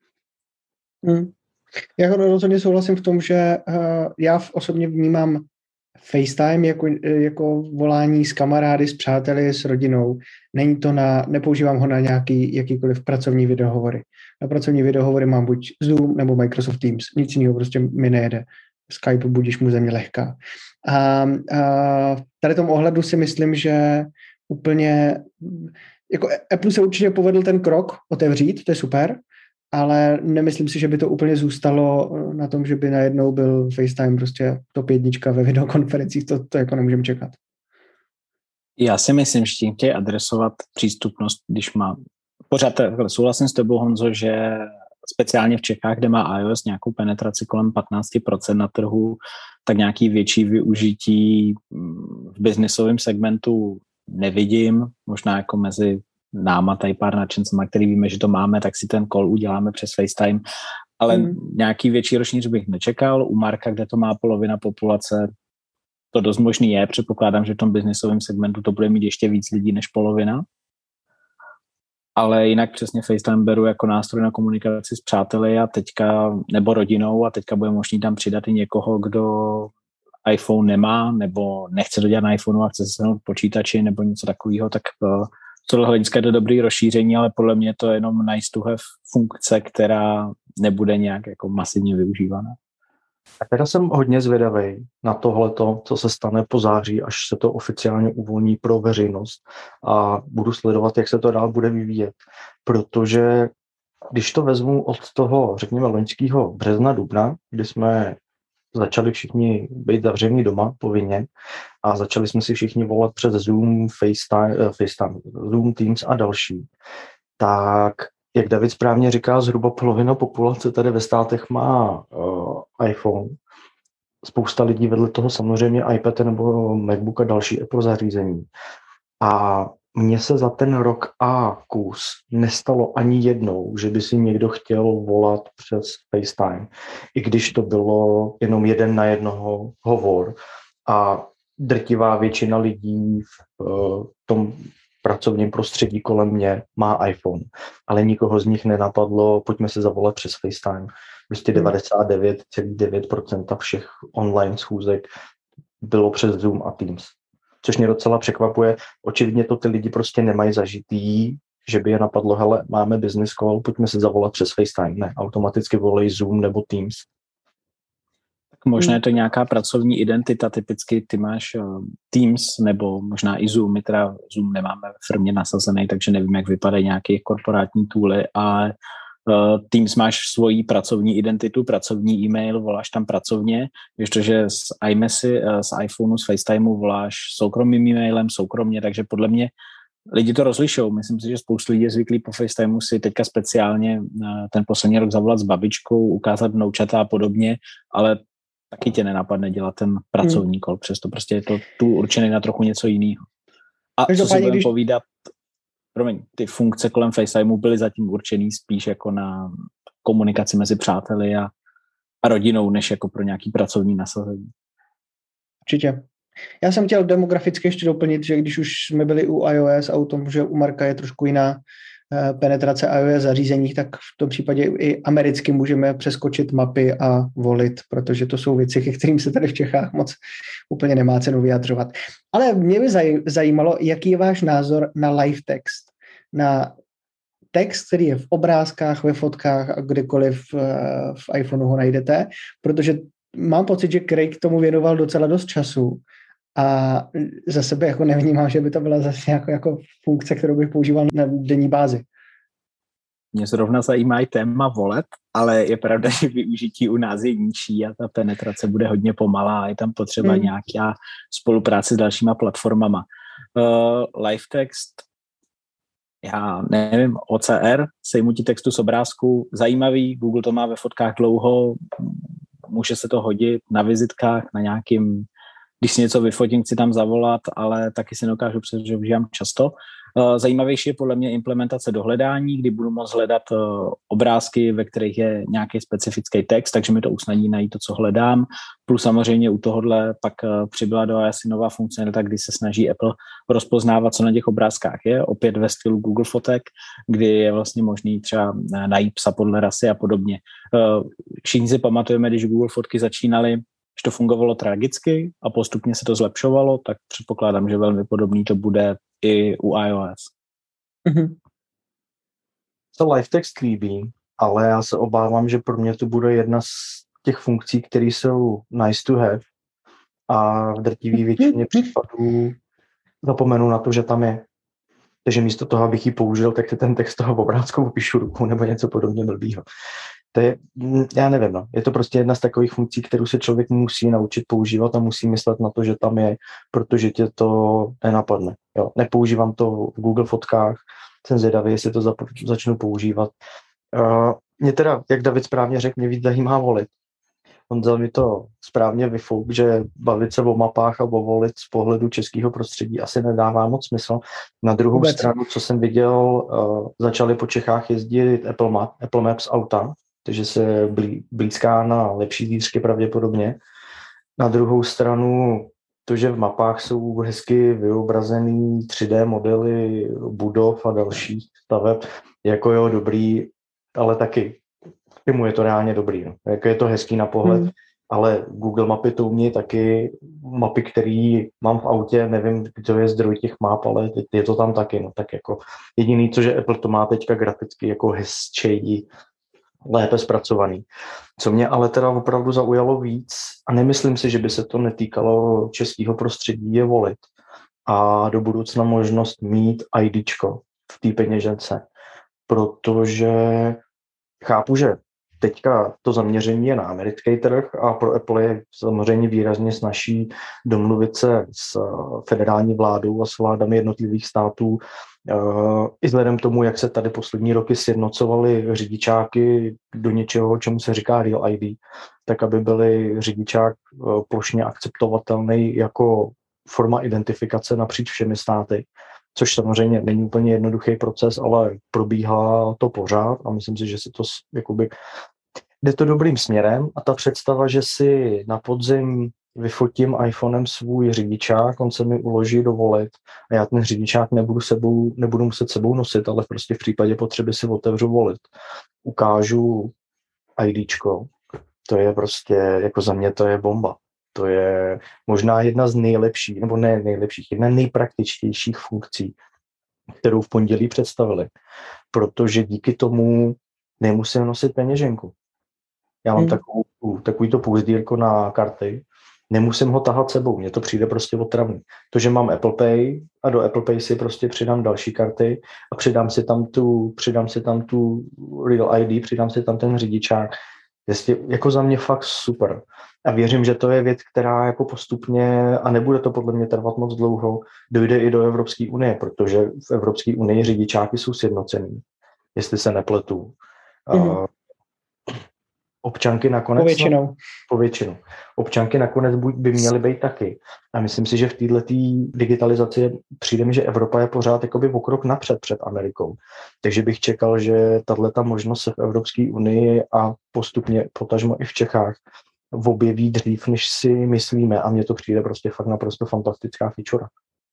Hmm. Já rozhodně souhlasím v tom, že uh, já osobně vnímám FaceTime jako, jako volání s kamarády, s přáteli, s rodinou. Není to na, nepoužívám ho na nějaký jakýkoliv pracovní videohovory. Na pracovní videohovory mám buď Zoom nebo Microsoft Teams. Nic jiného prostě mi nejede. Skype budíš mu země lehká. A, a tady tom ohledu si myslím, že úplně jako Apple se určitě povedl ten krok otevřít, to je super, ale nemyslím si, že by to úplně zůstalo na tom, že by najednou byl FaceTime prostě top jednička ve videokonferencích, to, to jako nemůžeme čekat. Já si myslím, že tím chtějí adresovat přístupnost, když má pořád souhlasím s tebou, Honzo, že speciálně v Čechách, kde má iOS nějakou penetraci kolem patnáct procent na trhu, tak nějaký větší využití v biznisovém segmentu nevidím, možná jako mezi náma tady pár nadšencema, který víme, že to máme, tak si ten call uděláme přes FaceTime, ale hmm. nějaký větší ročníř bych nečekal. U Marka, kde to má polovina populace, to dost možný je, předpokládám, že v tom biznisovém segmentu to bude mít ještě víc lidí než polovina. ale jinak přesně FaceTime beru jako nástroj na komunikaci s přáteli a teďka, nebo rodinou a teďka bude možný tam přidat i někoho, kdo iPhone nemá, nebo nechce to dělat na iPhoneu a chce se sednout počítači nebo něco takového, tak z tohle hlediska je to dobrý rozšíření, ale podle mě to je jenom nice to have funkce, která nebude nějak jako masivně využívaná. A teda jsem hodně zvědavý na tohleto, co se stane po září, až se to oficiálně uvolní pro veřejnost a budu sledovat, jak se to dál bude vyvíjet, protože když to vezmu od toho, řekněme, loňského března, dubna, kdy jsme začali všichni být zavření doma povinně a začali jsme si všichni volat přes Zoom, FaceTime, FaceTime, Zoom, Teams a další, tak jak David správně říká, zhruba polovina populace tady ve státech má uh, iPhone. Spousta lidí vedle toho samozřejmě iPad nebo MacBook a další Apple zařízení. A mně se za ten rok a kus nestalo ani jednou, že by si někdo chtěl volat přes FaceTime. I když to bylo jenom jeden na jednoho hovor. A drtivá většina lidí v uh, tom pracovním prostředí kolem mě má iPhone, ale nikoho z nich nenapadlo, pojďme se zavolat přes FaceTime. Prostě devadesát devět celá devět procent všech online schůzek bylo přes Zoom a Teams. Což mě docela překvapuje. Očividně to ty lidi prostě nemají zažitý, že by je napadlo, hele, máme business call, pojďme se zavolat přes FaceTime. Ne, automaticky volej Zoom nebo Teams. Možná je to nějaká pracovní identita, typicky ty máš uh, Teams nebo možná i Zoom, my teda Zoom nemáme ve firmě nasazený, takže nevím, jak vypadají nějaké korporátní tooly, ale uh, Teams máš svoji pracovní identitu, pracovní e-mail, voláš tam pracovně, protože z iMessy, uh, z iPhoneu, z FaceTimeu voláš soukromým e-mailem, soukromně, takže podle mě lidi to rozlišou. Myslím si, že spoustu lidí je zvyklý po FaceTimeu si teďka speciálně uh, ten poslední rok zavolat s babičkou, ukázat vnoučata a podobně, ale taky tě nenapadne dělat ten pracovní hmm. kol, přesto prostě je to tu určený na trochu něco jiného. A co si budeme když... povídat, promiň, ty funkce kolem FaceTimeu byly zatím určený spíš jako na komunikaci mezi přáteli a, a rodinou, než jako pro nějaký pracovní nasazení. Určitě. Já jsem chtěl demograficky ještě doplnit, že když už jsme byli u iOS a u tom, že u Marka je trošku jiná penetrace iOS zařízení, tak v tom případě i americky můžeme přeskočit mapy a volit, protože to jsou věci, ke kterým se tady v Čechách moc úplně nemá cenu vyjadřovat. Ale mě by zajímalo, jaký je váš názor na live text, na text, který je v obrázkách, ve fotkách a kdekoliv v iPhoneu ho najdete, protože mám pocit, že Craig tomu věnoval docela dost času a za sebe jako nevnímám, že by to byla zase jako, jako funkce, kterou bych používal na denní bázi. Mě zrovna zajímá i téma voleb, ale je pravda, že využití u nás je nižší a ta penetrace bude hodně pomalá a je tam potřeba hmm. nějaká spolupráce s dalšíma platformama. Uh, live text, já nevím, O C R, sejmutí textu z obrázku, zajímavý, Google to má ve fotkách dlouho, může se to hodit na vizitkách, na nějakým, když si něco vyfotím, chci tam zavolat, ale taky si nedokážu představit, že užívám často. Zajímavější je podle mě implementace do hledání, kdy budu moct hledat obrázky, ve kterých je nějaký specifický text, takže mi to usnadní najít to, co hledám. Plus samozřejmě u tohohle pak přibyla do iOS nová funkcionalita, kdy se snaží Apple rozpoznávat, co na těch obrázkách je, opět ve stylu Google fotek, kdy je vlastně možný třeba najít psa podle rasy a podobně. Všichni si pamatujeme, když Google fotky začínaly, že to fungovalo tragicky a postupně se to zlepšovalo, tak předpokládám, že velmi podobný to bude i u iOS. Mm-hmm. To live text líbí, ale já se obávám, že pro mě to bude jedna z těch funkcí, které jsou nice to have a v drtivé většině případů zapomenu na to, že tam je. Takže místo toho, abych ji použil, tak si ten text toho obrázku popíšu ruku nebo něco podobně blbýho. To je, já nevím, no. Je to prostě jedna z takových funkcí, kterou se člověk musí naučit používat a musí myslet na to, že tam je, protože tě to nenapadne. Jo. Nepoužívám to v Google fotkách, jsem zvědavý, jestli to zapo- začnu používat. Uh, mě teda, jak David správně řekl, mě víc zajímá volit. On vzal mi to správně vyfouk, že bavit se o mapách a o volit z pohledu českého prostředí asi nedává moc smysl. Na druhou Vůbec. stranu, co jsem viděl, uh, začali po Čechách jezdit Apple, Map, Apple Maps auta, takže se blí, blízká na lepší zítřky pravděpodobně. Na druhou stranu to, že v mapách jsou hezky vyobrazený tři dé modely budov a dalších staveb, jako jo, dobrý, ale taky mu je to reálně dobrý. No. Jako je to hezký na pohled, hmm. ale Google mapy to umějí taky, mapy, které mám v autě, nevím, kdo je zdroj těch map, ale je to tam taky. No. Tak jako jediný, co že Apple to má teďka graficky jako hezčej, lépe zpracovaný. Co mě ale teda opravdu zaujalo víc, a nemyslím si, že by se to netýkalo českého prostředí, je Wallet. A do budoucna možnost mít IDčko v té peněžence. Protože chápu, že teďka to zaměření je na americký trh a pro Apple je samozřejmě výrazně snazší domluvit se s federální vládou a s vládami jednotlivých států. I vzhledem k tomu, jak se tady poslední roky sjednocovaly řidičáky do něčeho, čemu se říká Real I D, tak aby byly řidičák plošně akceptovatelný jako forma identifikace napříč všemi státy, což samozřejmě není úplně jednoduchý proces, ale probíhá to pořád a myslím si, že se to jakoby jde to dobrým směrem a ta představa, že si na podzim vyfotím iPhonem svůj řidičák, on se mi uloží do Wallet a já ten řidičák nebudu, sebou, nebudu muset sebou nosit, ale prostě v případě potřeby si otevřu Wallet. Ukážu IDčko, to je prostě, jako za mě to je bomba. To je možná jedna z nejlepších, nebo ne nejlepších, jedna nejpraktičtějších funkcí, kterou v pondělí představili. Protože díky tomu nemusím nosit peněženku. Já mám hmm. takovou, takovýto pouzdírko na karty, nemusím ho tahat sebou, mně to přijde prostě otravný. To, že mám Apple Pay a do Apple Pay si prostě přidám další karty a přidám si tam tu, přidám si tam tu Real I D, přidám si tam ten řidičák, je jako za mě fakt super. A věřím, že to je věc, která jako postupně, a nebude to podle mě trvat moc dlouho, dojde i do Evropské unie, protože v Evropské unii řidičáky jsou sjednocený, jestli se nepletu. Mm. Uh, občanky nakonec... Povětšinou. Povětšinou. Občanky nakonec by měly být taky. A myslím si, že v této digitalizaci přijde mi, že Evropa je pořád jakoby o krok napřed před Amerikou. Takže bych čekal, že tato možnost se v Evropské unii a postupně potažmo i v Čechách objeví dřív, než si myslíme. A mně to přijde prostě fakt naprosto fantastická feature.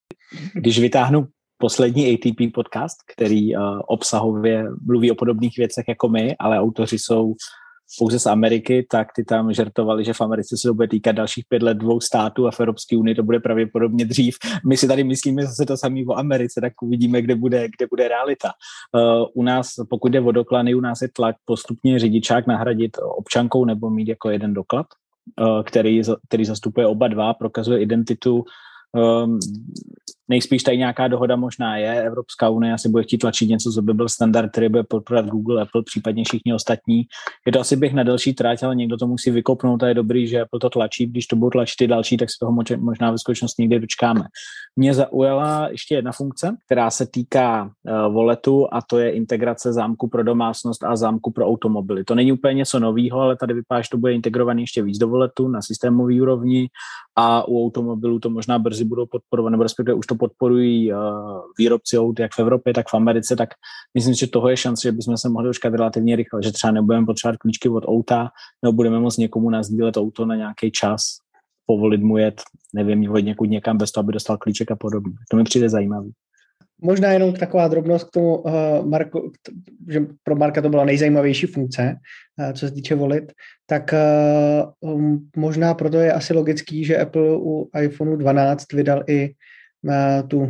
Když vytáhnu poslední A T P podcast, který uh, obsahově mluví o podobných věcech jako my, ale autoři jsou pouze z Ameriky, tak ty tam žertovali, že v Americe se to bude týkat dalších pět let dvou států a v Evropské unii to bude pravděpodobně dřív. My si tady myslíme zase to samé o Americe, tak uvidíme, kde bude, kde bude realita. Uh, u nás, pokud jde o doklady, u nás je tlak postupně řidičák nahradit občankou nebo mít jako jeden doklad, uh, který, který zastupuje oba dva, prokazuje identitu. Um, nejspíš tady nějaká dohoda možná je, Evropská unie asi bude chtít tlačit něco, co by byl standard, který bude podporovat Google, Apple, případně všichni ostatní. Je to asi běh na delší tráť, ale někdo to musí vykopnout a je dobrý, že Apple to tlačí, když to budou tlačit i další, tak se toho možná ve skutečnosti někdy dočkáme. Mě zaujala ještě jedna funkce, která se týká uh, Walletu a to je integrace zámku pro domácnost a zámku pro automobily. To není úplně něco novýho, ale tady vypadá, že to bude integrovaný ještě víc do Walletu na systémové úrovni a u automobilů to možná brzy budou podporovat, nebo respektive už to podporují uh, výrobci aut jak v Evropě, tak v Americe, tak myslím, že toho je šance, že bychom se mohli dočkat relativně rychle, že třeba nebudeme potřebovat klíčky od auta, nebo budeme moct někomu nasdílet auto na nějaký čas, povolit mu jet, nevím, od někud někam bez toho, aby dostal klíček a podobně. To mi přijde zajímavý. Možná jenom taková drobnost k tomu, uh, Marku, že pro Marka to byla nejzajímavější funkce, uh, co se týče volit, tak uh, um, možná proto je asi logický, že Apple u iPhoneu dvanáct vydal i uh, tu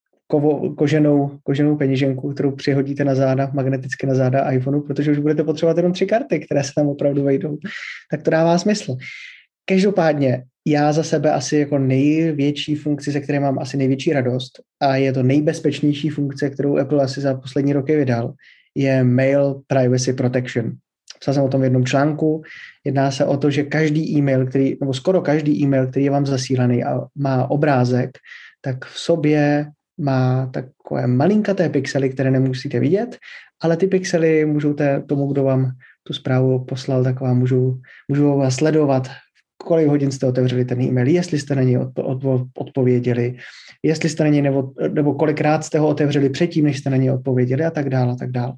kovo, koženou, koženou peněženku, kterou přihodíte na záda, magneticky na záda iPhoneu, protože už budete potřebovat jenom tři karty, které se tam opravdu vejdou. Tak to dává smysl. Každopádně já za sebe asi jako největší funkci, ze které mám asi největší radost a je to nejbezpečnější funkce, kterou Apple asi za poslední roky vydal, je Mail Privacy Protection. Psal jsem o tom v jednom článku. Jedná se o to, že každý e-mail, který, nebo skoro každý e-mail, který je vám zasílaný a má obrázek, tak v sobě má takové malinkaté pixely, které nemusíte vidět, ale ty pixely můžou té, tomu, kdo vám tu zprávu poslal, tak vám můžou, můžou vás sledovat, kolik hodin jste otevřeli ten e-mail, jestli jste na něj odpo- odpověděli, jestli jste na něj nebo, nebo kolikrát jste ho otevřeli předtím, než jste na něj odpověděli a tak dále a tak dále.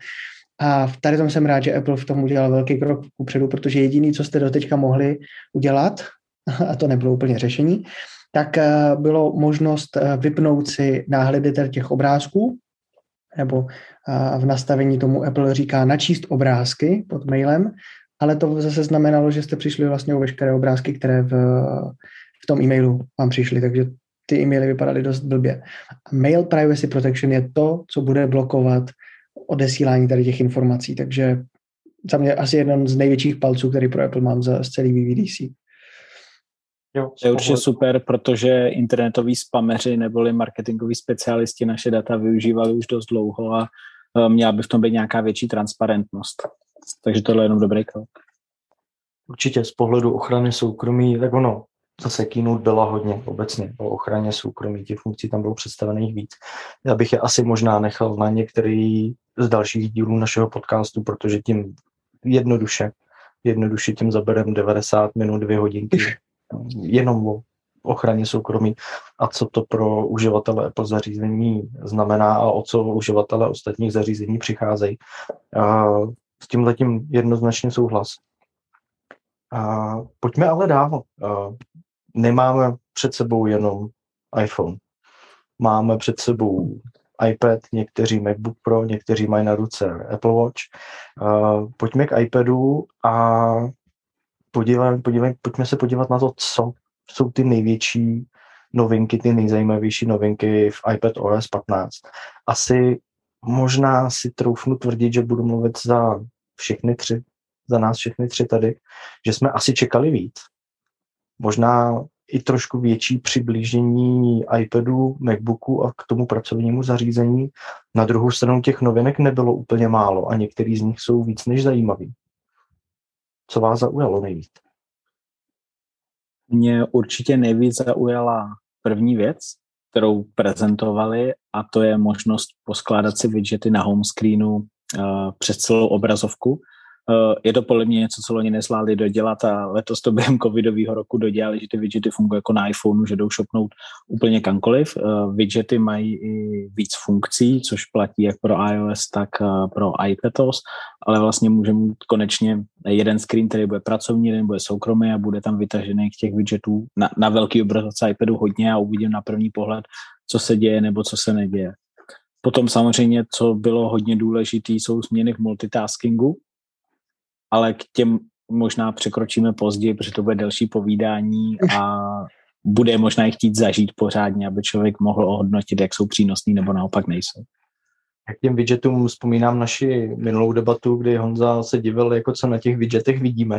A tady tom jsem rád, že Apple v tom udělal velký krok kupředu, protože jediný, co jste doteďka mohli udělat, a to nebylo úplně řešení, tak bylo možnost vypnout si náhleditel těch obrázků, nebo v nastavení tomu Apple říká načíst obrázky pod mailem, ale to zase znamenalo, že jste přišli vlastně o veškeré obrázky, které v, v tom e-mailu vám přišly, takže ty e-maily vypadaly dost blbě. Mail Privacy Protection je to, co bude blokovat odesílání tady těch informací, takže za mě asi jeden z největších palců, který pro Apple mám za celý V V D C. Jo, to je určitě super, protože internetoví spameři neboli marketingoví specialisti naše data využívali už dost dlouho a měla by v tom být nějaká větší transparentnost. Takže tohle je jenom dobrý krok. Určitě z pohledu ochrany soukromí, tak ono, zase keynote byla hodně obecně o ochraně soukromí, těch funkcí tam bylo představených víc. Já bych je asi možná nechal na některý z dalších dílů našeho podcastu, protože tím jednoduše, jednoduše tím zabereme devadesát minut, dvě hodinky, jenom o ochraně soukromí a co to pro uživatele Apple zařízení znamená a o co uživatele ostatních zařízení přicházejí. S tímhletím jednoznačně souhlas. A pojďme ale dál. Nemáme před sebou jenom iPhone. Máme před sebou iPad, někteří MacBook Pro, někteří mají na ruce Apple Watch. Pojďme k iPadu a podívej, podívej, pojďme se podívat na to, co jsou ty největší novinky, ty nejzajímavější novinky v iPadOS patnáct. Asi možná si troufnu tvrdit, že budu mluvit za všechny tři, za nás všechny tři tady, že jsme asi čekali víc. Možná i trošku větší přiblížení iPadu, MacBooku a k tomu pracovnímu zařízení. Na druhou stranu těch novinek nebylo úplně málo a některý z nich jsou víc než zajímavý. Co vás zaujalo nejvíc? Mě určitě nejvíc zaujala první věc, kterou prezentovali, a to je možnost poskládat si widgety na home screenu uh, přes celou obrazovku. Uh, je to podle mě něco, co oni nezvládli dodělat a letos to během covidového roku dodělali, že ty widgety fungují jako na iPhoneu, že jdou shopnout úplně kamkoliv. Uh, widgety mají i víc funkcí, což platí jak pro iOS, tak uh, pro iPadOS, ale vlastně můžeme mít konečně jeden screen, který bude pracovní, jeden bude soukromý a bude tam vytažený těch widgetů na, na velký obrazovce iPadu hodně a uvidím na první pohled, co se děje nebo co se neděje. Potom samozřejmě, co bylo hodně důležité, jsou změny v multitaskingu, ale k těm možná překročíme později, protože to bude delší povídání a bude možná i chtít zažít pořádně, aby člověk mohl ohodnotit, jak jsou přínosný nebo naopak nejsou. Jak těm widgetům vzpomínám naši minulou debatu, kdy Honza se divil, jako co na těch widgetech vidíme.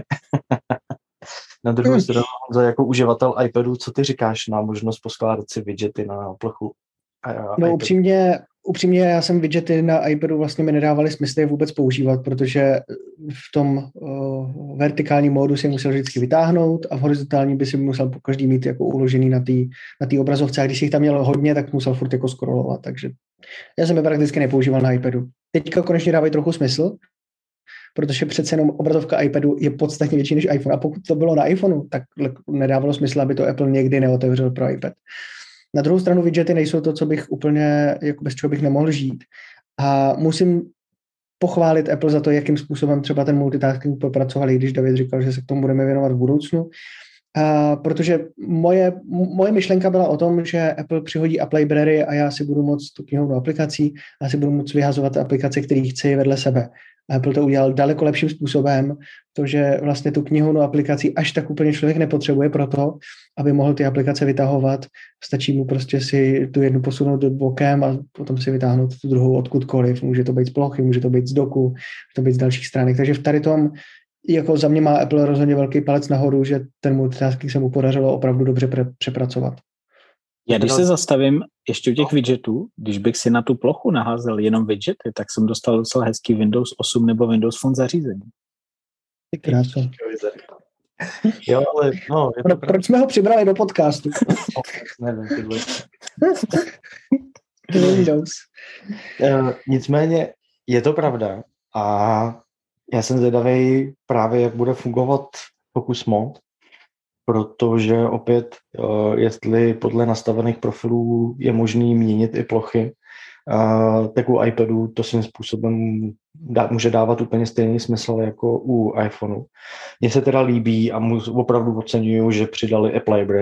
Na druhou stranu, Honza, jako uživatel iPadu, co ty říkáš na možnost poskládat si widgety na plochu? No upřímně, upřímně já jsem widgety na iPadu vlastně mi nedávali smysl je vůbec používat, protože v tom uh, vertikálním módu si musel vždycky vytáhnout a v horizontální by si musel po každý mít jako uložený na té na té obrazovce a když jich tam měl hodně, tak musel furt jako scrollovat, takže já jsem je prakticky nepoužíval na iPadu. Teďka konečně dávají trochu smysl, protože přece jenom obrazovka iPadu je podstatně větší než iPhone a pokud to bylo na iPhoneu, tak nedávalo smysl, aby to Apple někdy neotevřel pro iPad. Na druhou stranu widgety nejsou to, co bych úplně, jako bez čeho bych nemohl žít. A musím pochválit Apple za to, jakým způsobem třeba ten multitasking propracovali, když David říkal, že se k tomu budeme věnovat v budoucnu. A protože moje, moje myšlenka byla o tom, že Apple přihodí App Library a já si budu moct tu knihovnu aplikací a si budu moct vyhazovat aplikace, které chci vedle sebe. Apple to udělal daleko lepším způsobem, to, že vlastně tu knihovnu aplikací až tak úplně člověk nepotřebuje proto, aby mohl ty aplikace vytahovat. Stačí mu prostě si tu jednu posunout do bokem a potom si vytáhnout tu druhou odkudkoliv. Může to být z plochy, může to být z doku, může to být z dalších stránek. Takže v tady tom jako za mě má Apple rozhodně velký palec nahoru, že ten multitasking se mu podařilo opravdu dobře pre- přepracovat. Já když se zastavím ještě u těch widgetů, když bych si na tu plochu naházel jenom widgety, tak jsem dostal docela hezký Windows osm nebo Windows Phone zařízení. Krásně. Jo, ale no, je to Pro, proč jsme ho přibrali do podcastu? Nevím, tyhle. Windows. Uh, nicméně je to pravda a já jsem zvědavý právě, jak bude fungovat Focus Mode, protože opět, uh, jestli podle nastavených profilů je možný měnit i plochy, uh, tak u iPadu to svým způsobem dá, může dávat úplně stejný smysl jako u iPhoneu. Mně se teda líbí a mu, opravdu oceňuju, že přidali App Library,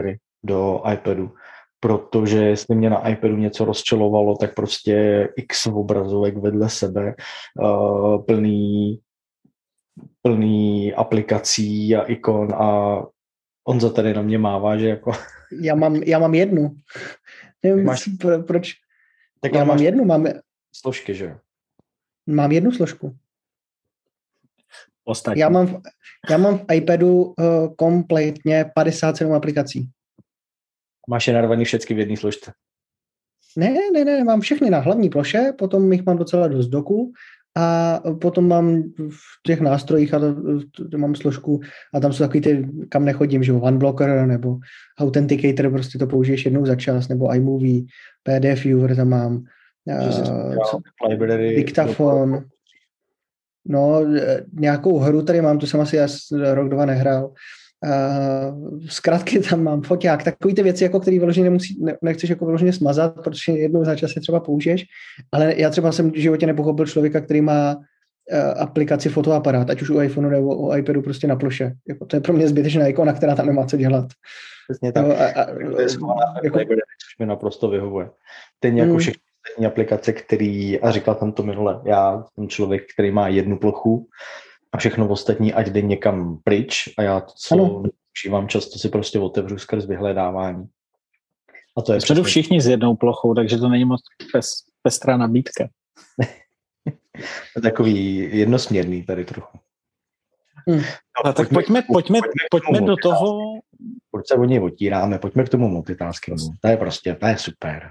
do iPadu, protože jestli mě na iPadu něco rozčelovalo, tak prostě x obrazovek vedle sebe, uh, plný, plný aplikací a ikon a on za tady na mě mává, že jako... Já mám, já mám jednu. Nevím, máš, pro, proč. Tak já mám jednu, mám... Složky, že jo? Mám jednu složku. Ostatní. Já mám, v, já mám v iPadu uh, kompletně padesát sedm aplikací. Máš je narvaný všechny v jedné složce? Ne, ne, ne, mám všechny na hlavní ploše, potom jich mám docela dost doků a potom mám v těch nástrojích a to, to mám složku a tam jsou takový ty, kam nechodím, že OneBlocker nebo Authenticator, prostě to použiješ jednou za čas, nebo iMovie, P D F Viewer tam mám, uh, library, diktafon, no nějakou hru tady mám, tu jsem asi rok, dva nehrál, Uh, zkrátky tam mám foťák, takový ty věci, jako který vyloženě nemusí, ne, nechceš jako vyloženě smazat, protože jednou za čas je třeba použiješ, ale já třeba jsem v životě nepochopil člověka, který má uh, aplikaci fotoaparát, ať už u iPhoneu nebo u iPadu prostě na ploše. Jako, to je pro mě zbytečná ikona, která tam nemá co dělat. Přesně tak. No, a, a, to je schválná jako... library, což mi naprosto vyhovuje. Ten jako hmm. všechny ostatní aplikace, který, a říkal jsem to minule, já jsem člověk, který má jednu plochu, a všechno ostatní, ať jde někam pryč a já to, co užívám často, si prostě otevřu skrz vyhledávání. A to je přesně... Předu všichni s jednou plochou, takže to není moc pes, pestrá nabídka. To takový jednosměrný tady trochu. Hmm. No, tak pojďme, pojďme, pojďme, pojďme do toho... Proč se o něj otíráme? Pojďme k tomu multitaskingu. To je prostě, to je super.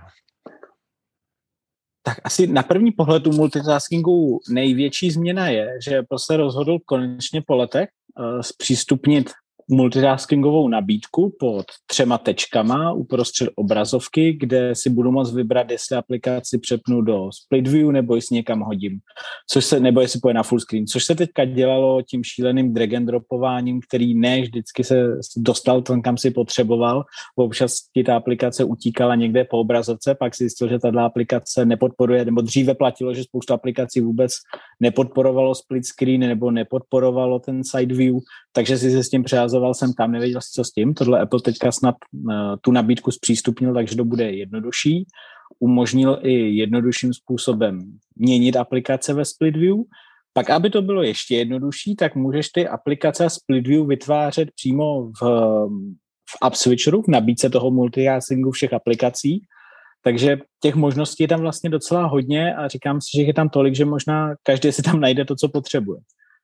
Tak asi na první pohled u multitaskingu největší změna je, že Apple se rozhodl konečně po letech uh, zpřístupnit multitaskingovou nabídku pod třema tečkama uprostřed obrazovky, kde si budu moct vybrat, jestli aplikaci přepnu do split view nebo jestli někam hodím, což se, nebo jestli poje na full screen, což se teďka dělalo tím šíleným drag and dropováním, který ne vždycky se dostal tam, kam si potřeboval. Občas ti ta aplikace utíkala někde po obrazovce, pak si zjistil, že tato aplikace nepodporuje, nebo dříve platilo, že spoustu aplikací vůbec nepodporovalo split screen nebo nepodporovalo ten side view, takže si se s tím přehazoval jsem tam, nevěděl si, co s tím. Tohle Apple teďka snad uh, tu nabídku zpřístupnil, takže to bude jednodušší. Umožnil i jednodušším způsobem měnit aplikace ve split view. Pak, aby to bylo ještě jednodušší, tak můžeš ty aplikace split view vytvářet přímo v, v App Switcheru, v nabídce toho multitaskingu všech aplikací. Takže těch možností je tam vlastně docela hodně a říkám si, že je tam tolik, že možná každý si tam najde to, co potřebuje.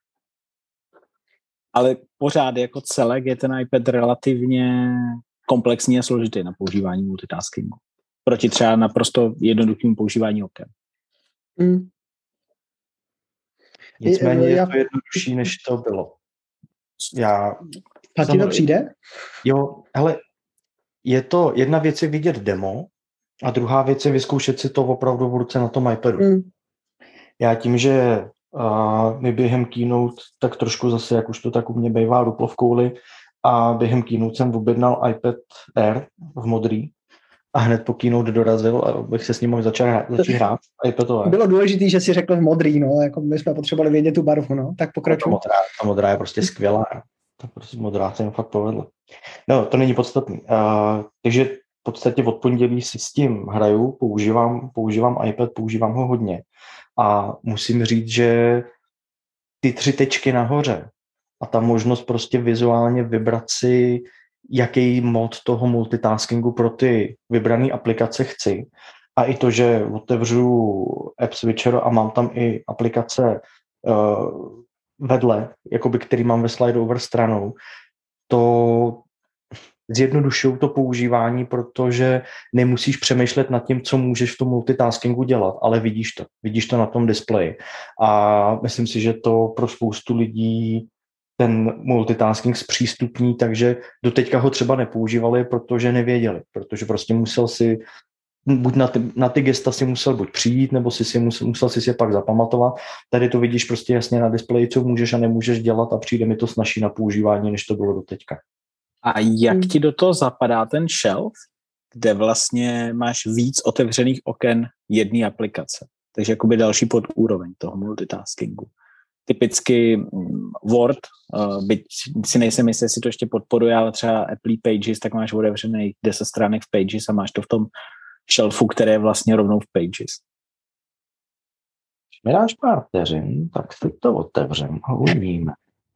Ale pořád jako celek je ten iPad relativně komplexní a složitý na používání multitaskingu. Proti třeba naprosto jednoduchým používání oken. Mm. Nicméně je to jednodušší, než to bylo. Já... A ti to přijde? Jo, hele, je to, jedna věc je vidět demo a druhá věc je vyzkoušet si to opravdu v ruce na tom iPadu. Mm. Já tím, že a my během keynote tak trošku zase, jak už to tak u mě bývá, ruplo v kouli a během keynote jsem objednal iPad Air v modrý a hned po keynote dorazil, abych se s ním mohl začít, začít hrát. iPadové. Bylo důležité, že si řekl v modrý, no, jako my jsme potřebovali vědět tu barvu, no, tak pokračuj. Ta, ta modrá je prostě skvělá, ta prostě modrá se jim fakt povedla. No, to není podstatný. Uh, takže v podstatě od pondělí si s tím hraju, používám, používám iPad, používám ho hodně. A musím říct, že ty tři tečky nahoře a ta možnost prostě vizuálně vybrat si, jaký mod toho multitaskingu pro ty vybrané aplikace chci. A i to, že otevřu App Switcher a mám tam i aplikace uh, vedle, jakoby, který mám ve slide over stranou, to zjednodušují to používání, protože nemusíš přemýšlet nad tím, co můžeš v tom multitaskingu dělat, ale vidíš to. Vidíš to na tom displeji. A myslím si, že to pro spoustu lidí ten multitasking zpřístupní, takže doteďka ho třeba nepoužívali, protože nevěděli. Protože prostě musel si, buď na ty, na ty gesta si musel buď přijít, nebo si si musel, musel si si je pak zapamatovat. Tady to vidíš prostě jasně na displeji, co můžeš a nemůžeš dělat a přijde mi to snazší na používání, než to bylo doteďka. A jak ti do toho zapadá ten shelf, kde vlastně máš víc otevřených oken jedné aplikace? Takže jakoby další podúroveň toho multitaskingu. typicky Word, byť si nejsem jistý, jestli to ještě podporuje, ale třeba Apple Pages, tak máš otevřených deset stránek v Pages a máš to v tom shelfu, které je vlastně rovnou v Pages. Když mi dáš pár vteřin, tak si to otevřem a uvidíme.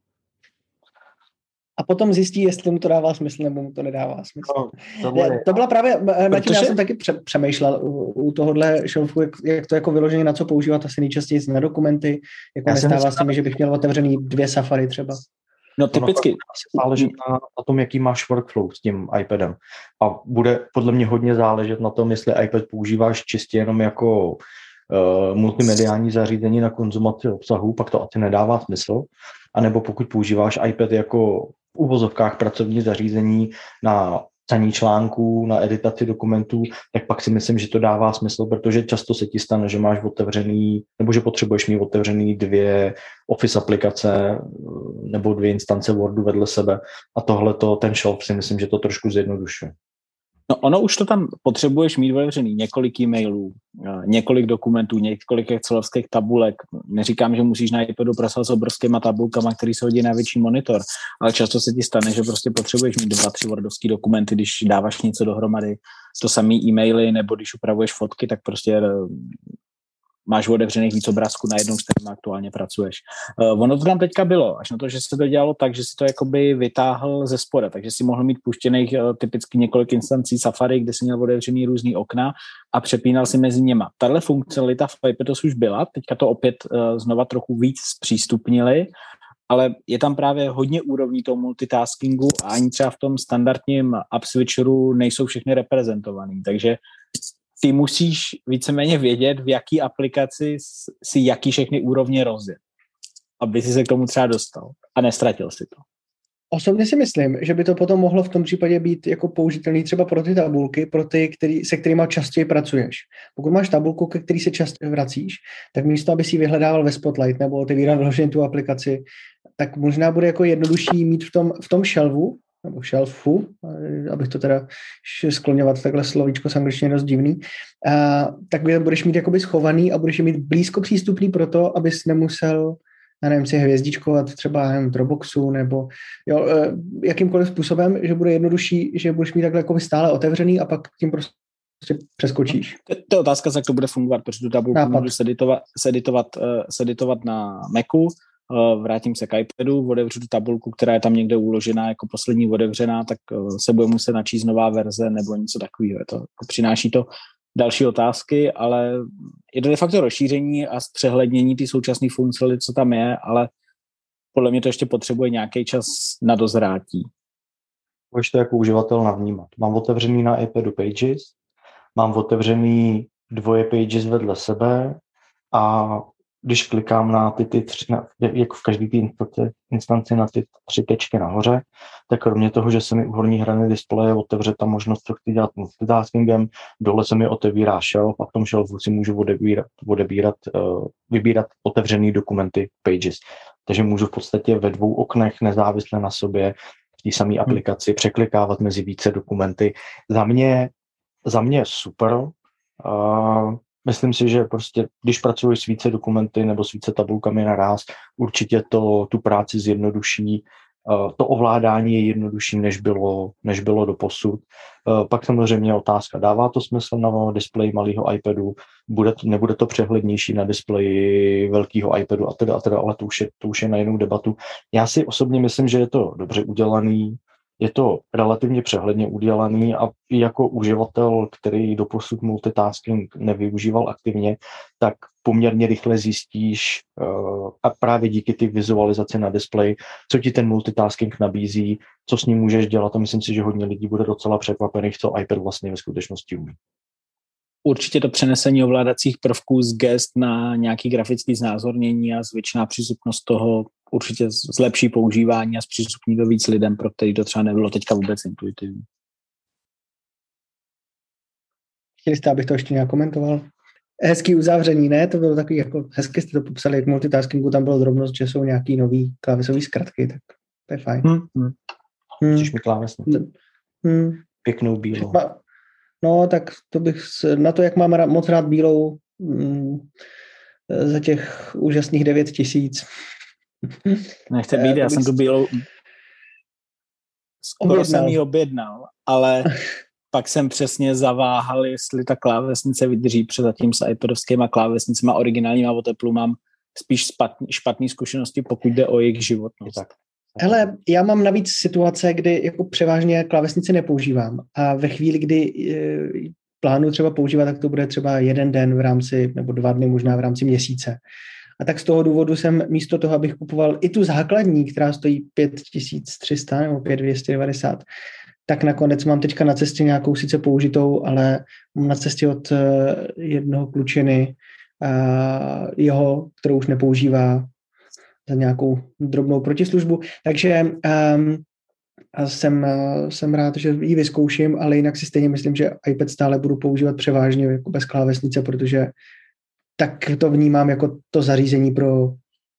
A potom zjistí, jestli mu to dává smysl, nebo mu to nedává smysl. No, tohle je... To byla právě, na tím Protože... já jsem taky přemýšlel u, u tohohle shelfu, jak, jak to jako vyloženě na co používat, asi nejčastěji na dokumenty, jako já nestává se mi, že bych měl otevřený dvě Safari třeba. No typicky. Záleží na, na tom, jaký máš workflow s tím iPadem. A bude podle mě hodně záležet na tom, jestli iPad používáš čistě jenom jako uh, multimediální zařízení na konzumaci obsahu, pak to asi nedává smysl. A nebo pokud používáš iPad jako v uvozovkách pracovní zařízení na psaní článků, na editaci dokumentů, tak pak si myslím, že to dává smysl, protože často se ti stane, že máš otevřený, nebo že potřebuješ mít otevřený dvě Office aplikace nebo dvě instance Wordu vedle sebe a tohle to, ten shelf si myslím, že to trošku zjednodušuje. No ono už to tam potřebuješ mít otevřený několik e-mailů, několik dokumentů, několik excelovských tabulek. Neříkám, že musíš na iPadu pracovat s obrovskýma tabulkama, který se hodí na větší monitor, ale často se ti stane, že prostě potřebuješ mít dva, tři wordovský dokumenty, když dáváš něco dohromady. To samý e-maily, nebo když upravuješ fotky, tak prostě máš otevřených víc obrázků najednou, s kterým aktuálně pracuješ. Uh, ono to tam teďka bylo, až na to, že se to dělalo tak, že si to jakoby vytáhl ze spoda, takže si mohl mít puštěných uh, typicky několik instancí Safari, kde si měl otevřený různý okna a přepínal si mezi něma. Tahle funkcionalita v iPadOS už byla, teďka to opět uh, znova trochu víc zpřístupnili, ale je tam právě hodně úrovní toho multitaskingu a ani třeba v tom standardním app switcheru nejsou všechny reprezentovaný, takže ty musíš víceméně vědět, v jaký aplikaci si jaký všechny úrovně rozjet, aby si se k tomu třeba dostal a nestratil si to. Osobně si myslím, že by to potom mohlo v tom případě být jako použitelný třeba pro ty tabulky, pro ty, který, se kterými častěji pracuješ. Pokud máš tabulku, ke který se často vracíš, tak místo, aby si ji vyhledával ve Spotlight nebo otevíral vyloženě tu aplikaci, tak možná bude jako jednodušší mít v tom, v tom shelfu, nebo shelfu, abych to teda skloňovat takhle slovíčko z angličtiny dost divný, a, tak budeš mít jakoby schovaný a budeš mít blízko přístupný pro to, abys nemusel, já nevím, si hvězdičkovat třeba jen Dropboxu nebo jo, jakýmkoliv způsobem, že bude jednodušší, že budeš mít takhle jakoby stále otevřený a pak tím prostě přeskočíš. To, to je otázka, jak to bude fungovat, protože tu tabulku můžu seditovat, seditovat, seditovat na Macu, vrátím se k iPadu, otevřu tu tabulku, která je tam někde uložená jako poslední otevřená, tak se bude muset načíst nová verze nebo něco takového. Je to, jako přináší to další otázky, ale je to de facto rozšíření a zpřehlednění ty současné funkcionality, co tam je, ale podle mě to ještě potřebuje nějaký čas na dozrátí. Můžeš to jako uživatel navnímat. Mám otevřený na iPadu Pages, mám otevřený dvoje Pages vedle sebe a když klikám na ty, ty tři, na, jako v každé té instanci na ty tři tečky nahoře, tak kromě toho, že se mi u horní hrany displeje otevře ta možnost, co chci dělat multitaskingem, dole se mi otevírá shelf a v tom shelfu si můžu odebírat, odebírat uh, vybírat otevřený dokumenty Pages. Takže můžu v podstatě ve dvou oknech nezávisle na sobě v té samé aplikaci překlikávat mezi více dokumenty. Za mě, za mě super. Uh, Myslím si, že prostě, když pracuješ s více dokumenty nebo s více tabulkami naráz, určitě to tu práci zjednoduší. To ovládání je jednodušší, než bylo, než bylo doposud. Pak samozřejmě otázka, dává to smysl na displeji malého iPadu, bude to, nebude to přehlednější na displeji velkého iPadu a teda, a teda, ale to už, je, to už je na jinou debatu. Já si osobně myslím, že je to dobře udělaný, je to relativně přehledně udělaný a i jako uživatel, který doposud multitasking nevyužíval aktivně, tak poměrně rychle zjistíš uh, a právě díky ty vizualizaci na displeji, co ti ten multitasking nabízí, co s ním můžeš dělat a myslím si, že hodně lidí bude docela překvapených, co iPad vlastně ve skutečnosti umí. Určitě to přenesení ovládacích prvků z gest na nějaký grafický znázornění a zvětšená přístupnost toho určitě zlepší používání a zpřístupní to víc lidem, pro který to třeba nebylo teďka vůbec intuitivní. Chtěli jste, abych to ještě nějak komentoval? Hezký uzavření, ne? To bylo takový, jako hezky jste to popsali, jak multitaskingu tam bylo drobnost, že jsou nějaký nový klávesový zkratky, tak to je fajn. Hmm, hmm. Hmm. Chceš mi klávesně? Hmm. Pěknou bílou. No, tak to bych na to, jak mám moc rád bílou, mm, za těch úžasných devět tisíc, Nechte být, já jsem tu bílou... Skoro jsem ji objednal, ale pak jsem přesně zaváhal, jestli ta klávesnice vydrží, protože zatím s iPadovskýma klávesnicema originálníma od Apple mám spíš špatné zkušenosti, pokud jde o jejich životnost. Tak. Hele, já mám navíc situace, kdy jako převážně klávesnici nepoužívám a ve chvíli, kdy e, plánuji třeba používat, tak to bude třeba jeden den v rámci, nebo dva dny možná v rámci měsíce. A tak z toho důvodu jsem místo toho, abych kupoval i tu základní, která stojí pět tisíc tři sta nebo pět tisíc dvě stě devadesát, tak nakonec mám teďka na cestě nějakou sice použitou, ale mám na cestě od jednoho klučiny uh, jeho, kterou už nepoužívá za nějakou drobnou protislužbu. Takže um, a jsem, uh, jsem rád, že ji vyzkouším, ale jinak si stejně myslím, že iPad stále budu používat převážně jako bez klávesnice, protože tak to vnímám jako to zařízení pro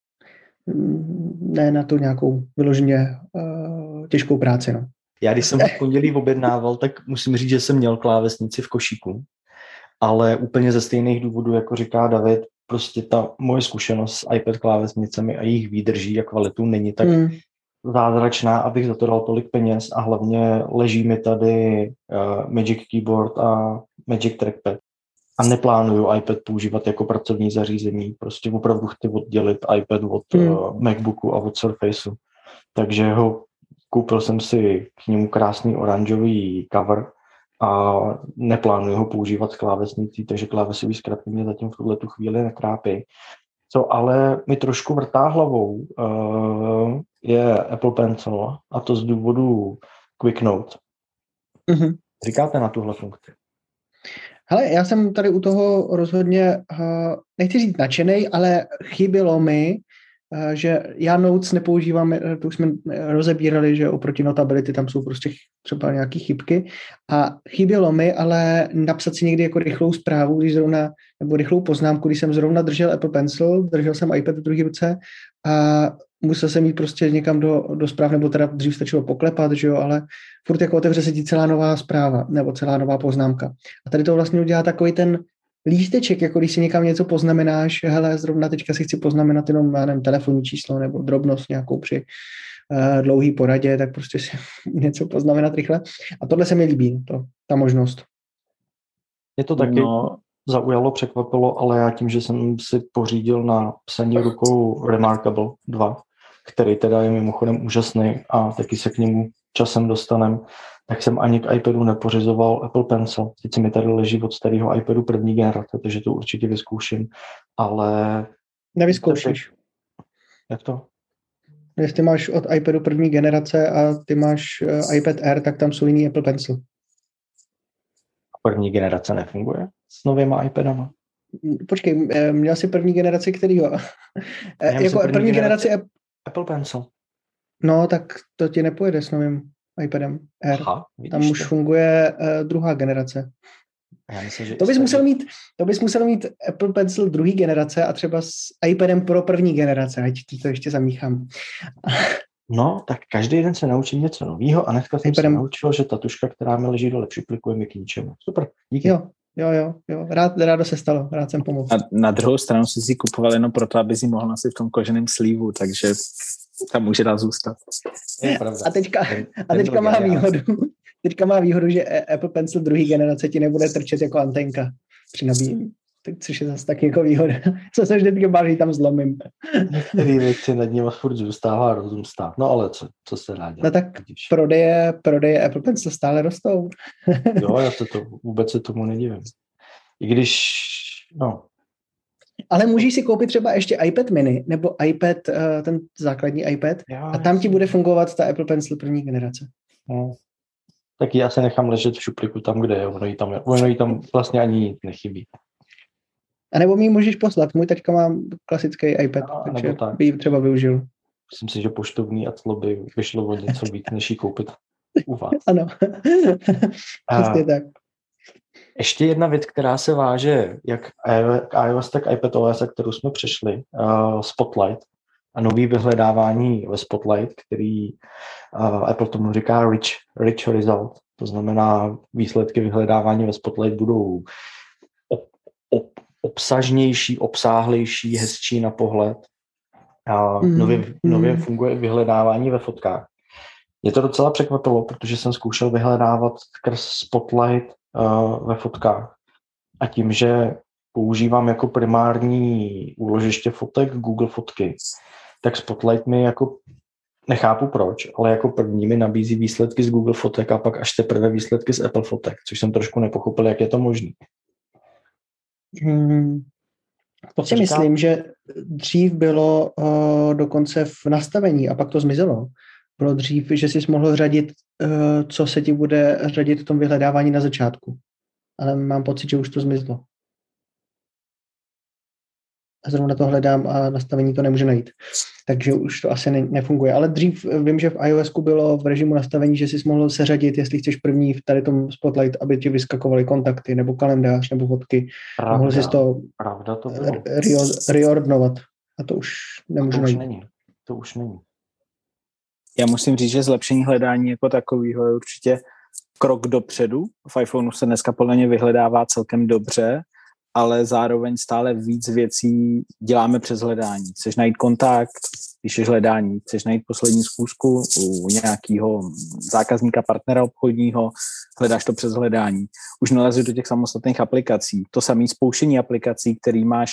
ne na tu nějakou vyloženě uh, těžkou práci. No. Já když jsem v pondělí objednával, tak musím říct, že jsem měl klávesnici v košíku, ale úplně ze stejných důvodů, jako říká David, prostě ta moje zkušenost s iPad klávesnicemi a jejich výdrží a kvalitu není tak hmm. zázračná, abych za to dal tolik peněz a hlavně leží mi tady uh, Magic Keyboard a Magic Trackpad. A neplánuju iPad používat jako pracovní zařízení. Prostě opravdu chci oddělit iPad od hmm. uh, MacBooku a od Surfaceu. Takže ho koupil jsem si k němu krásný oranžový cover a neplánuju ho používat s klávesnicí, takže klávesový zkratky mě zatím v tuhle tu chvíli netrápí. Co ale mi trošku vrtá hlavou, uh, je Apple Pencil, a to z důvodu Quick Note. Mm-hmm. Říkáte na tuhle funkci? Hele, já jsem tady u toho rozhodně, uh, nechci říct nadšenej, ale chybělo mi, uh, že já Notes nepoužívám, to už jsme rozebírali, že oproti Notability tam jsou prostě třeba nějaké chybky a chybělo mi, ale napsat si někdy jako rychlou zprávu, když zrovna, nebo rychlou poznámku, když jsem zrovna držel Apple Pencil, držel jsem iPad v druhé ruce a musel jsem jít prostě někam do, do zpráv, nebo teda dřív stačilo poklepat, že jo, ale furt jako otevře se ti celá nová zpráva, nebo celá nová poznámka. A tady to vlastně udělá takový ten lísteček, jako když si někam něco poznamenáš, hele, zrovna teďka si chci poznamenat jenom, já nevím, telefonní číslo, nebo drobnost nějakou při uh, dlouhý poradě, tak prostě si něco poznamenat rychle. A tohle se mi líbí, to, ta možnost. Je to taky no. zaujalo, překvapilo, ale já tím, že jsem si pořídil na psaní rukou Remarkable dva, který teda je mimochodem úžasný a taky se k němu časem dostanem, tak jsem ani k iPadu nepořizoval Apple Pencil. Sice mi tady leží od starého iPadu první generace, takže to určitě vyzkouším, ale... Nevyzkoušíš. Jak to? Jestli máš od iPadu první generace a ty máš uh, iPad Air, tak tam jsou jiný Apple Pencil. První generace nefunguje s novýma iPadama? Počkej, měl jsi první generaci kterýho? Jako první, první generaci Apple... Apple Pencil. No, tak to ti nepojede s novým iPadem Air. Aha, tam už to. Funguje uh, druhá generace. Já myslím, že to bys musel mít, to bys musel mít Apple Pencil druhé generace a třeba s iPadem Pro první generace, ať ti to ještě zamíchám. No, tak každý den se naučím něco nového a dneska jsem iPadem... se naučil, že ta tuška, která mi leží dole, připlikuje mi k ničemu. Super, díky. Jo, jo, jo, jo. Rád, rádo se stalo, rád jsem pomohl. Na, na druhou stranu si si kupoval jenom proto, aby si mohl nosit v tom koženém slívu, takže tam může dál zůstat. Je pravda. A teďka, ten, a teďka má výhodu, teďka má výhodu, že Apple Pencil druhé generace ti nebude trčet jako antenka při nabíjení. Tak, což je zase taky jako výhoda. Co se vždycky baví, tam zlomím. Některé věci nad ním furt zůstává rozum stát. No ale co, co se dá dělat? No tak prodeje, prodeje Apple Pencil stále rostou. Jo, já se to vůbec se tomu nedivím. I když, no. Ale můžeš si koupit třeba ještě iPad mini, nebo iPad, ten základní iPad, jo, a tam ti bude fungovat ta Apple Pencil první generace. No. Tak já se nechám ležet v šuplíku tam, kde je. Ono jí tam, ono jí tam vlastně ani nic nechybí. A nebo mi můžeš poslat. Můj taťka má klasický iPad, no, takže tak. By ji třeba využil. Myslím si, že poštovní a clo by vyšlo o něco víc, než ji koupit u vás. Ano, přesně tak. Ještě jedna věc, která se váže jak k iOS, tak iPadOS, a kterou jsme přešli, uh, Spotlight a nový vyhledávání ve Spotlight, který uh, Apple tomu říká rich, rich result. To znamená, výsledky vyhledávání ve Spotlight budou op, op, obsažnější, obsáhlejší, hezčí na pohled. A Mm, nově, nově mm. funguje vyhledávání ve fotkách. Je to docela překvapilo, protože jsem zkoušel vyhledávat skrz Spotlight uh, ve fotkách. A tím, že používám jako primární úložiště fotek Google Fotky, tak Spotlight mi jako, nechápu proč, ale jako první mi nabízí výsledky z Google Fotek a pak až teprve výsledky z Apple Fotek, což jsem trošku nepochopil, jak je to možné. Hmm. To si myslím, že dřív bylo uh, dokonce v nastavení a pak to zmizelo. Bylo dřív, že jsi mohl řadit, uh, co se ti bude řadit v tom vyhledávání na začátku. Ale mám pocit, že už to zmizlo. A zrovna to hledám a nastavení to nemůže najít. Takže už to asi ne, nefunguje. Ale dřív vím, že v iOSku bylo v režimu nastavení, že jsi mohl seřadit, jestli chceš první v tady tom Spotlight, aby ti vyskakovaly kontakty, nebo kalendář, nebo fotky. Pravda, mohl jsi to, pravda to bylo. Re- reordnovat. A to už nemůžu to už najít. není. To už není. Já musím říct, že zlepšení hledání jako takového je určitě krok dopředu. V iPhoneu se dneska podle mě vyhledává celkem dobře, ale zároveň stále víc věcí děláme přes hledání. Chceš najít kontakt, píšeš hledání. Chceš najít poslední schůzku u nějakého zákazníka, partnera obchodního, hledáš to přes hledání. Už nalezeš do těch samostatných aplikací. To samé spouštění aplikací, který máš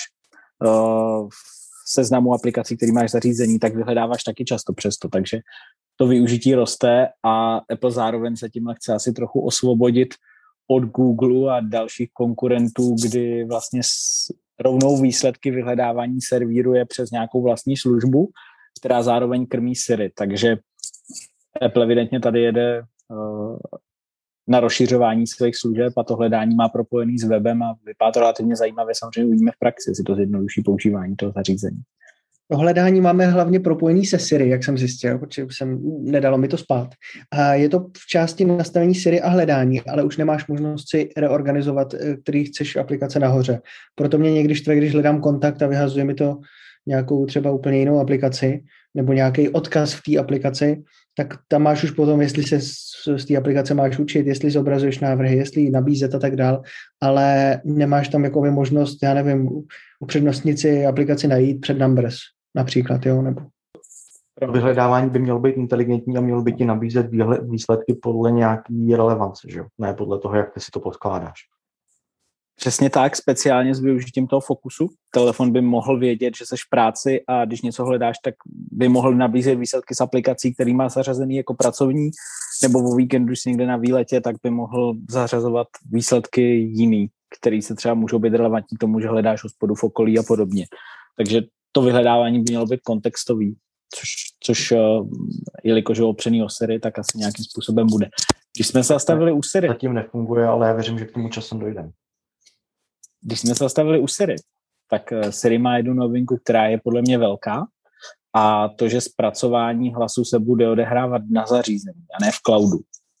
uh, v seznamu aplikací, který máš zařízení, tak vyhledáváš taky často přesto. Takže to využití roste a Apple zároveň se tímhle chce asi trochu osvobodit od Google a dalších konkurentů, kdy vlastně rovnou výsledky vyhledávání servíruje přes nějakou vlastní službu, která zároveň krmí Siri. Takže Apple evidentně tady jede uh, na rozšiřování svých služeb a to hledání má propojený s webem a vypadá to relativně zajímavě. Samozřejmě uvidíme v praxi, jestli to zjednoduší používání toho zařízení. To hledání máme hlavně propojený se Siri, jak jsem zjistil, protože jsem, nedalo mi to spát. A je to v části nastavení Siri a hledání, ale už nemáš možnost si reorganizovat, který chceš aplikace nahoře. Proto mě někdy štve, když hledám kontakt a vyhazuje mi to nějakou třeba úplně jinou aplikaci nebo nějaký odkaz v té aplikaci, tak tam máš už potom, jestli se z té aplikace máš učit, jestli zobrazuješ návrhy, jestli nabízet a tak dál, ale nemáš tam jako možnost, já nevím, upřednostnit si aplikaci najít před Numbers například, jo, nebo... Vyhledávání by mělo být inteligentní a mělo by ti nabízet výsledky podle nějaký relevance, že jo? Ne podle toho, jak ty si to podkládáš. Přesně tak, speciálně s využitím toho fokusu. Telefon by mohl vědět, že jsi v práci a když něco hledáš, tak by mohl nabízet výsledky z aplikací, který má zařazený jako pracovní, nebo o víkendu, když jsi někde na výletě, tak by mohl zařazovat výsledky jiný, který se třeba můžou být relevantní k tomu, že hledáš hospodu v okolí a podobně. Takže to vyhledávání by mělo být kontextový, což, což jelikož je opřený o Siri, tak asi nějakým způsobem bude. Když jsme se zastavili u Siri... Zatím nefunguje, ale já věřím, že k tomu časem dojdeme. Když jsme se zastavili u Siri, tak Siri má jednu novinku, která je podle mě velká, a to, že zpracování hlasu se bude odehrávat na zařízení a ne v cloudu.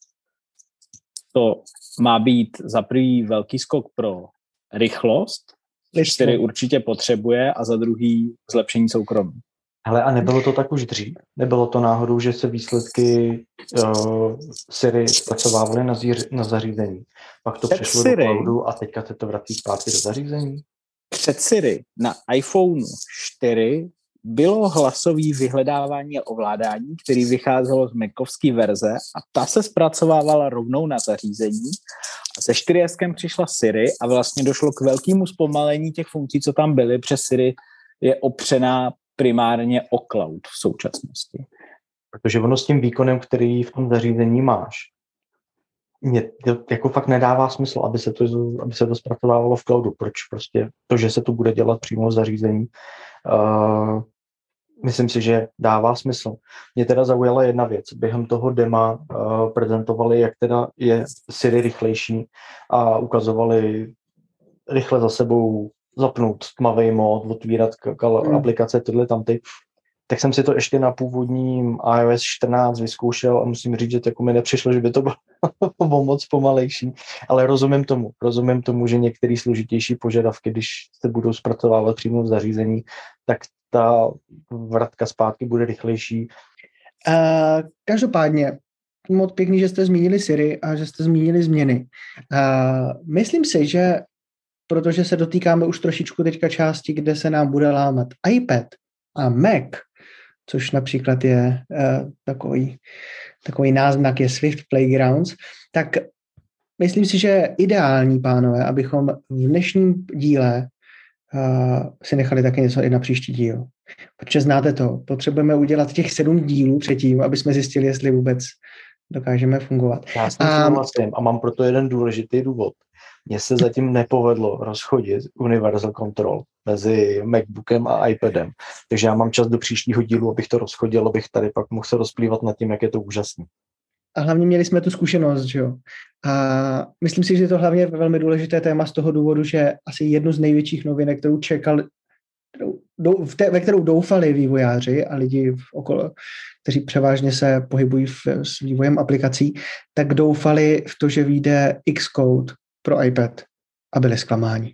To má být za prvý velký skok pro rychlost, což Siri určitě potřebuje, a za druhý zlepšení soukromí. Hele, a nebylo to tak už dřív? Nebylo to náhodou, že se výsledky uh, Siri zpracovávaly na, zíř, na zařízení? Pak to Před přešlo Siri, do cloudu a teďka se to vrací zpátky do zařízení? Před Siri na iPhone čtyři bylo hlasové vyhledávání a ovládání, který vycházelo z Macovské verze a ta se zpracovávala rovnou na zařízení. A se čtyři eskem přišla Siri a vlastně došlo k velkému zpomalení těch funkcí, co tam byly. Přes Siri je opřená primárně o cloud v současnosti. Protože ono s tím výkonem, který v tom zařízení máš, mě to jako fakt nedává smysl, aby se to, aby se to zpracovávalo v cloudu. Proč? Prostě to, že se to bude dělat přímo v zařízení, uh, myslím si, že dává smysl. Mě teda zaujala jedna věc. Během toho dema uh, prezentovali, jak teda je Siri rychlejší a ukazovali rychle za sebou zapnout tmavý mód, otvírat kal- hmm. aplikace, tyhle tamty. Tak jsem si to ještě na původním iOS čtrnáct vyzkoušel a musím říct, že to jako mi nepřišlo, že by to bylo moc pomalejší, ale rozumím tomu. Rozumím tomu, že některé složitější požadavky, když se budou zpracovávat přímo v zařízení, tak ta vratka zpátky bude rychlejší. Uh, každopádně, moc pěkný, že jste zmínili Siri a že jste zmínili změny. Uh, myslím si, že protože se dotýkáme už trošičku teďka části, kde se nám bude lámat iPad, a Mac, což například je uh, takový, takový náznak je Swift Playgrounds, tak myslím si, že je ideální, pánové, abychom v dnešním díle uh, si nechali také něco i na příští díl. Protože znáte to, potřebujeme udělat těch sedm dílů předtím, aby jsme zjistili, jestli vůbec dokážeme fungovat. Já s tím souhlasím a mám proto jeden důležitý důvod. Mně se zatím nepovedlo rozchodit Universal Control mezi MacBookem a iPadem, takže já mám čas do příštího dílu, abych to rozchodil, abych tady pak mohl se rozplývat nad tím, jak je to úžasný. A hlavně měli jsme tu zkušenost, že jo. A myslím si, že je to hlavně velmi důležité téma z toho důvodu, že asi jednu z největších novinek, kterou čekal, kterou, v té, ve kterou doufali vývojáři a lidi v okolo, kteří převážně se pohybují v, s vývojem aplikací, tak doufali v to, že vyjde Xcode pro iPad a byli zklamáni.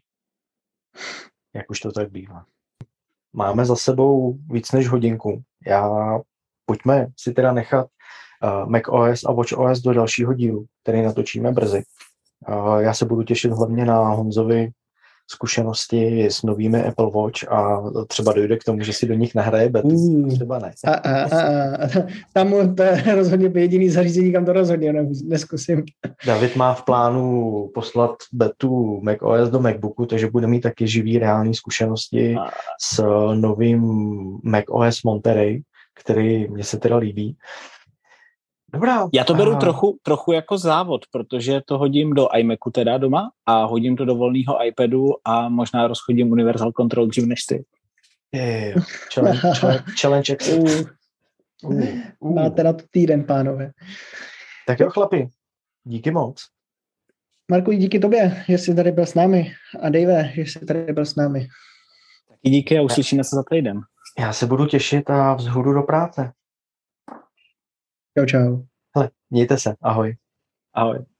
Jak už to tak bývá. Máme za sebou víc než hodinku. Já pojďme si teda nechat uh, macOS a watchOS do dalšího dílu, který natočíme brzy. Uh, já se budu těšit hlavně na Honzovi zkušenosti s novými Apple Watch a třeba dojde k tomu, že si do nich nahraje betu, uh, třeba ne. A, a, a, a. Tam to je rozhodně jediný zařízení, kam to rozhodně neskusím. David má v plánu poslat betu macOS do MacBooku, takže bude mít taky živý reální zkušenosti a. s novým macOS Monterey, který mně se teda líbí. Dobrá. Já to beru trochu, trochu jako závod, protože to hodím do iMacu teda doma a hodím to do volného iPadu a možná rozchodím Universal Control dřív než ty. Je, challenge, challenge, challenge accept. Uh, uh, uh. Máte na to týden, pánové. Tak jo, chlapi, díky moc. Marku, díky tobě, že jsi tady byl s námi. A Dave, že jsi tady byl s námi. Taky díky a uslyšíme se za týden. Já se budu těšit a vzhůru do práce. Čau, čau. Hele, mějte se, ahoj. Ahoj.